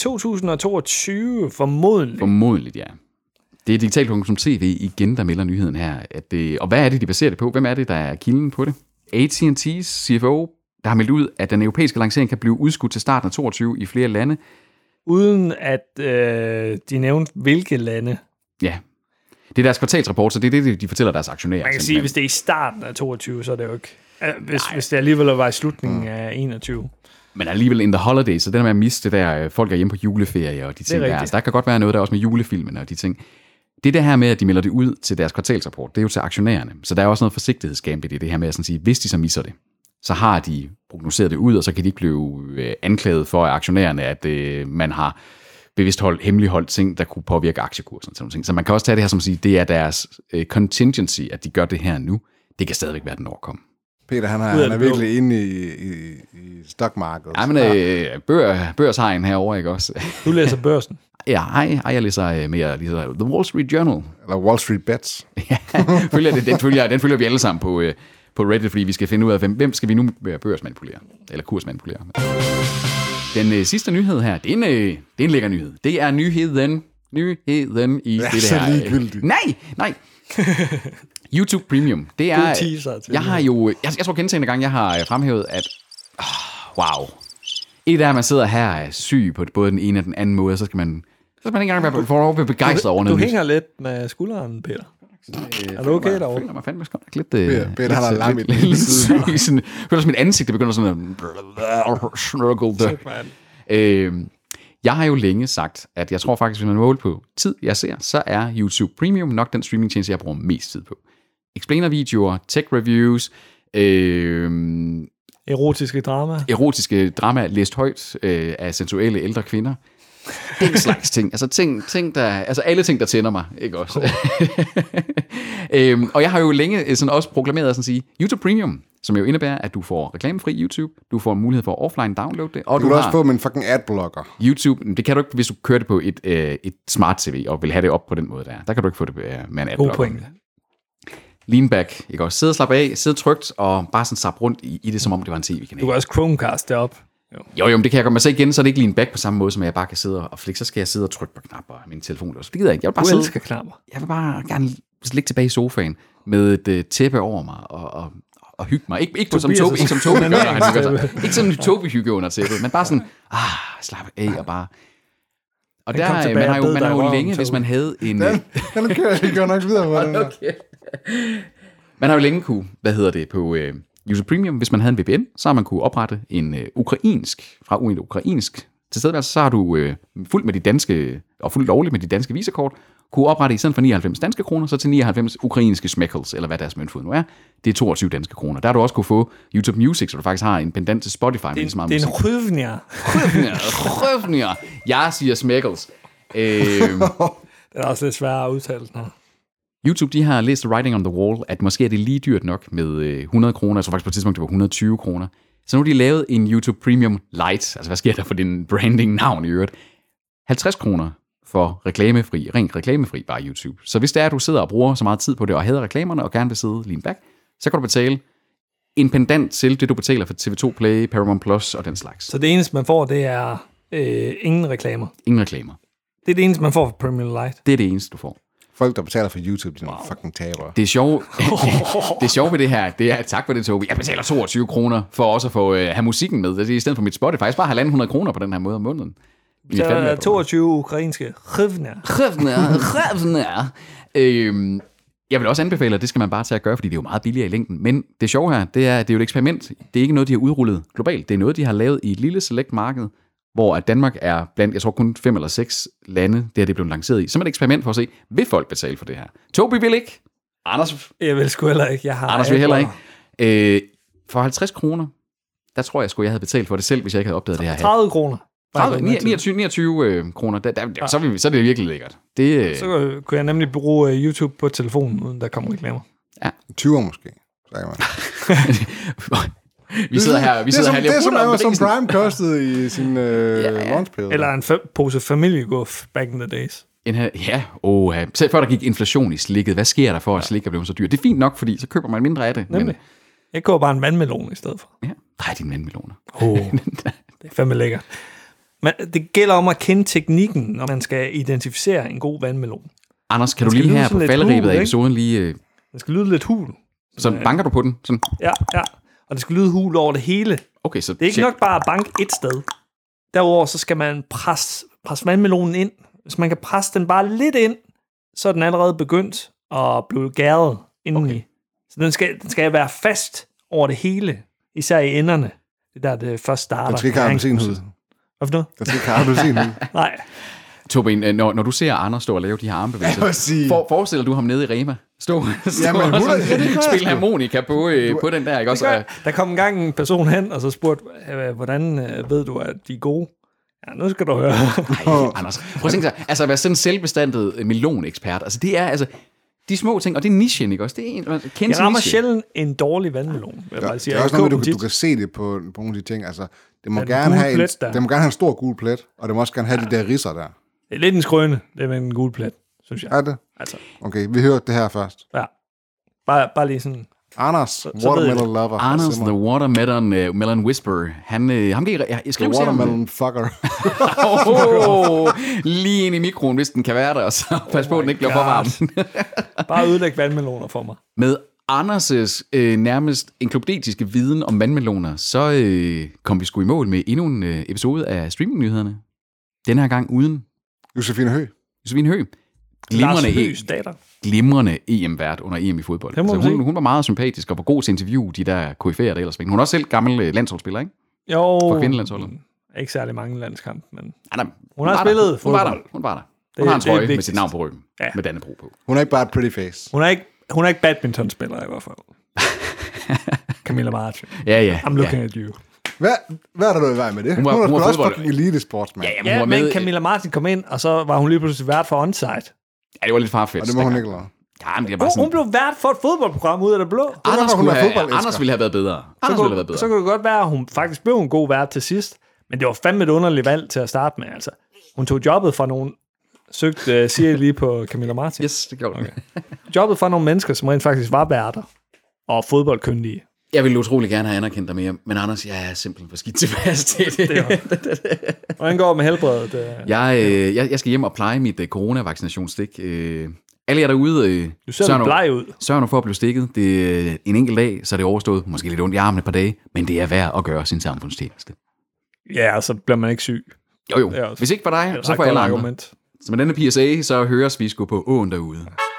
2022, formodentlig. Formodentlig, ja. Det er Digital.tv igen, der melder nyheden her. Og hvad er det, de baserer det på? Hvem er det, der er kilden på det? AT&T's CFO, der har meldt ud, at den europæiske lancering kan blive udskudt til starten af 22 i flere lande. Uden at de nævnte, hvilke lande. Ja. Det er deres kvartalsrapport, så det er det, de fortæller deres aktionærer. Man kan sige, at hvis det er i starten af 22, så er det jo ikke... Hvis det alligevel var i slutningen af 21. Men alligevel in the holidays, så det der med at miste det der, folk er hjemme på juleferie og de ting der. Altså, der kan godt være noget der også med julefilmen og de ting. Det er det her med, at de melder det ud til deres kvartalsrapport. Det er jo til aktionærerne. Så der er også noget forsigtighedsgambit i det her med at sådan sige, hvis de så misser det, så har de prognoseret det ud, og så kan de ikke blive anklaget for af aktionærerne, at man har bevidst hemmeligholdt ting, der kunne påvirke aktiekursen. Sådan ting. Så man kan også tage det her som at sige, det er deres contingency, at de gør det her nu. Det kan stadigvæk være den overkom. Peter, han er virkelig inde i stockmarkedet. Ja, men børshegn herovre, ikke også? Du læser børsen? Ja, jeg læser mere The Wall Street Journal. Eller Wall Street Bets. Ja, den følger vi alle sammen på Reddit, fordi vi skal finde ud af, hvem skal vi nu børsmanipulere, eller kursmanipulere. Den sidste nyhed her, det er en lækker nyhed. Det er nyheden i det så her. Ligegyldigt. Nej. YouTube Premium. Det er, jeg har jo, jeg tror gentagne gange, jeg har fremhævet, at wow. Et af at man sidder her er syg på både den ene og den anden måde, så skal man ikke engang være begejstret over noget. Du hænger lidt med skulderen, Peter. Er du okay derovre? Jeg føler mig fandme lidt... Peter har lang i lidt syg. Jeg føler, som mit ansigt, det begynder sådan at snurgle. Jeg har jo længe sagt, at jeg tror faktisk, hvis man måler på tid, jeg ser, så er YouTube Premium nok den streamingtjeneste, jeg bruger mest tid på. Explainer-videoer, tech-reviews, erotiske drama læst højt af sensuelle ældre kvinder. Den slags ting. Altså ting der, altså alle ting, der tænder mig, ikke også? Og jeg har jo længe sådan også proklameret at sige, YouTube Premium, som jo indebærer, at du får reklamefri YouTube, du får mulighed for at offline downloade det, og du kan også få med en fucking adblocker. YouTube, det kan du ikke, hvis du kører det på et smart TV og vil have det op på den måde der kan du ikke få det med en adblocker. God pointe. Lean back, ikke også? Sidde og slappe af, sidde trygt og bare sådan slappe rundt i det, som om det var en tv-kanal. Du kan også Chromecast derop. Jo, men det kan jeg godt. Men så igen, så er det ikke lean back på samme måde, som jeg bare kan sidde og flikke. Så skal jeg sidde og trykke på knapper af min telefon. Det gider jeg ikke. Jeg vil bare elsker knapper. Jeg vil bare gerne ligge tilbage i sofaen med et tæppe over mig og hygge mig. Ikke som Tobi gør, når han hygger sig. Ikke sådan en Tobi hygge under tæppet, men bare sådan, slap af og bare... Og Den kom der, tilbage man og bed har dig i jo røven, længe, Tobi. hvis man havde en... Den kører jeg nok videre på den der. Okay. Man har jo længe kunne, på YouTube Premium, hvis man havde en VPN, så har man kunne oprette en ukrainsk tilstedeværelse, så har du fuldt med de danske, og fuldt lovligt med de danske visakort, kunne oprette i stedet for 99 danske kroner, så til 99 ukrainske smækkels, eller hvad deres møntfod nu er. Det er 22 danske kroner. Der har du også kunne få YouTube Music, så du faktisk har en pendant til Spotify. Det er en røvnjer. Røvninger. Jeg siger smækkels. Det er også lidt svært at udtale den her. YouTube, de har læst writing on the wall, at måske er det lige dyrt nok med 100 kroner. Jeg tror faktisk på et tidspunkt, det var 120 kroner. Så nu har de lavet en YouTube Premium Lite. Altså, hvad sker der for din branding-navn i øvrigt? 50 kroner for rent reklamefri bare YouTube. Så hvis det er, at du sidder og bruger så meget tid på det, og hader reklamerne, og gerne vil sidde lean back, så kan du betale en pendant til det, du betaler for TV2 Play, Paramount Plus og den slags. Så det eneste, man får, det er ingen reklamer. Ingen reklamer. Det er det eneste, man får for Premium Lite. Det er det eneste, du får. Folk, der betaler for YouTube, de er nogle fucking tabere. Det er sjovt ved det her, det er, tak for det, Tobi. Jeg betaler 22 kroner for også at få have musikken med. Det er i stedet for mit Spotify. Jeg sparer 1.500 kroner på den her måde om måneden. Så er 22 ukrainske røvnjer. Jeg vil også anbefale, at det skal man bare tage at gøre, fordi det er jo meget billigere i længden. Men det sjove her, det er jo et eksperiment. Det er ikke noget, de har udrullet globalt. Det er noget, de har lavet i et lille select marked, hvor at Danmark er blandt, jeg tror kun 5 eller 6 lande, det er det blevet lanceret i. Som et eksperiment for at se, vil folk betale for det her? Tobi vil ikke. Anders Jeg vil sgu heller ikke. vil heller ikke. For 50 kroner, der tror jeg sgu, jeg havde betalt for det selv, hvis jeg ikke havde opdaget det her. 30 kroner. 29 kroner, så er det virkelig lækkert. Så kunne jeg nemlig bruge YouTube på telefonen, uden der kommer reklamer. 20 år måske, sagde man. Vi sidder her det er som Prime kostede i sin launchperiode. Eller en pose familieguff back in the days. Selv før der gik inflation i slikket, hvad sker der for, at slik er blevet så dyrt? Det er fint nok, fordi så køber man mindre af det. Nemlig. Jeg køber bare en vandmelon i stedet for. Ja, drej dine vandmeloner. Det er fandme lækkert. Men det gælder om at kende teknikken, når man skal identificere en god vandmelon. Anders, kan du lige her på falderebet af episoden lige... Den skal lyde lidt hul. Så banker du på den? Sådan. Ja. Og det skal lyde hul over det hele. Okay, så det er ikke nok bare at banke et sted. Derudover så skal man presse vandmelonen ind. Hvis man kan presse den bare lidt ind, så er den allerede begyndt at blive gæret indeni. Okay. Så den skal være fast over det hele, især i enderne. Det der, det først starter. Den skal ikke have appelsinhud. Hvad for noget? Den skal ikke have appelsinhud. Nej. Tobi, når du ser Anders stå og lave de her armbevægelser, forestiller du ham nede i Rema? Stå spille harmonika på den der, ikke også? Der kom engang en person hen, og så spurgte, hvordan ved du, at de er gode? Ja, nu skal du høre. Ej, Anders, prøv at tænke sig, altså at være sådan en selvbestandet melonekspert, altså det er altså de små ting, og det er nichen, ikke også? Det er en kendt jeg rammer sjældent en dårlig vandmelon. Det er også noget, du kan se det på nogle af de ting, altså det må gerne have en stor gul plet, og det må også gerne have de der ridser der. Det er lidt en skrøne, det med en gul plet, synes jeg. Er det? Altså. Okay, vi hørte det her først. Ja. Bare lige sådan... Anders, watermelon lover. Anders, the watermelon whisperer. Han kan jeg skriver the watermelon fucker. Lige ind i mikroen, hvis den kan være der, og så pas på, at den ikke bliver for varm. Bare ødelæg vandmeloner for mig. Med Anders' nærmest encyklopædiske viden om vandmeloner, så kom vi sgu i mål med endnu en episode af streamingnyhederne. Den her gang uden Josefine Høgh. Glimrende EM-vært under EM i fodbold. Altså, hun var meget sympatisk og var god til interview, de der KF'er, der ellers. Hun er også selv gammel landsholdsspiller, ikke? Jo. For kvindelandsholdet. Ikke særlig mange landskamp, men... Hun har spillet fodbold. Hun var der. Hun har en trøje med sit navn på ryggen. Ja. Med Dannebrog på. Hun er ikke bare et pretty face. Hun er ikke badmintonspiller i hvert fald. Camilla Martin. Ja. I'm looking at you. Hvad er der noget i vej med det? Hun var også fucking elite-sportsmand. Ja, men Camilla Martin kom ind, og så var hun lige pludselig vært for Onside. Ja, det var lidt farfedt. Og det må hun ikke lade. Ja, men det er bare sådan... Hun blev vært for et fodboldprogram ud af det blå. Anders ville have været bedre. Så kunne det godt være, at hun faktisk blev en god vært til sidst. Men det var fandme et underligt valg til at starte med. Altså, hun tog jobbet fra nogen... siger jeg lige på Camilla Martin. Yes, det gjorde hun. Okay. Jobbet fra nogle mennesker, som rent faktisk var værter. Og fodboldkyndige. Jeg ville utrolig gerne have anerkendt dig mere, men Anders, jeg er simpelthen for skidt tilpas til det. Hvordan går det med helbredet? Jeg skal hjem og pleje mit coronavaccinationsstik. Alle jer derude, du ser bleg ud. Sørg nu for at blive stikket. Det er en enkelt dag, så er det overstået. Måske lidt ondt i armen et par dage, men det er værd at gøre sin samfundstjeneste. Ja, og så bliver man ikke syg Jo, Det er også- hvis ikke for dig, Det er så et for ret alle godt andre. argument. Så med denne PSA, så høres vi sgu på åen derude.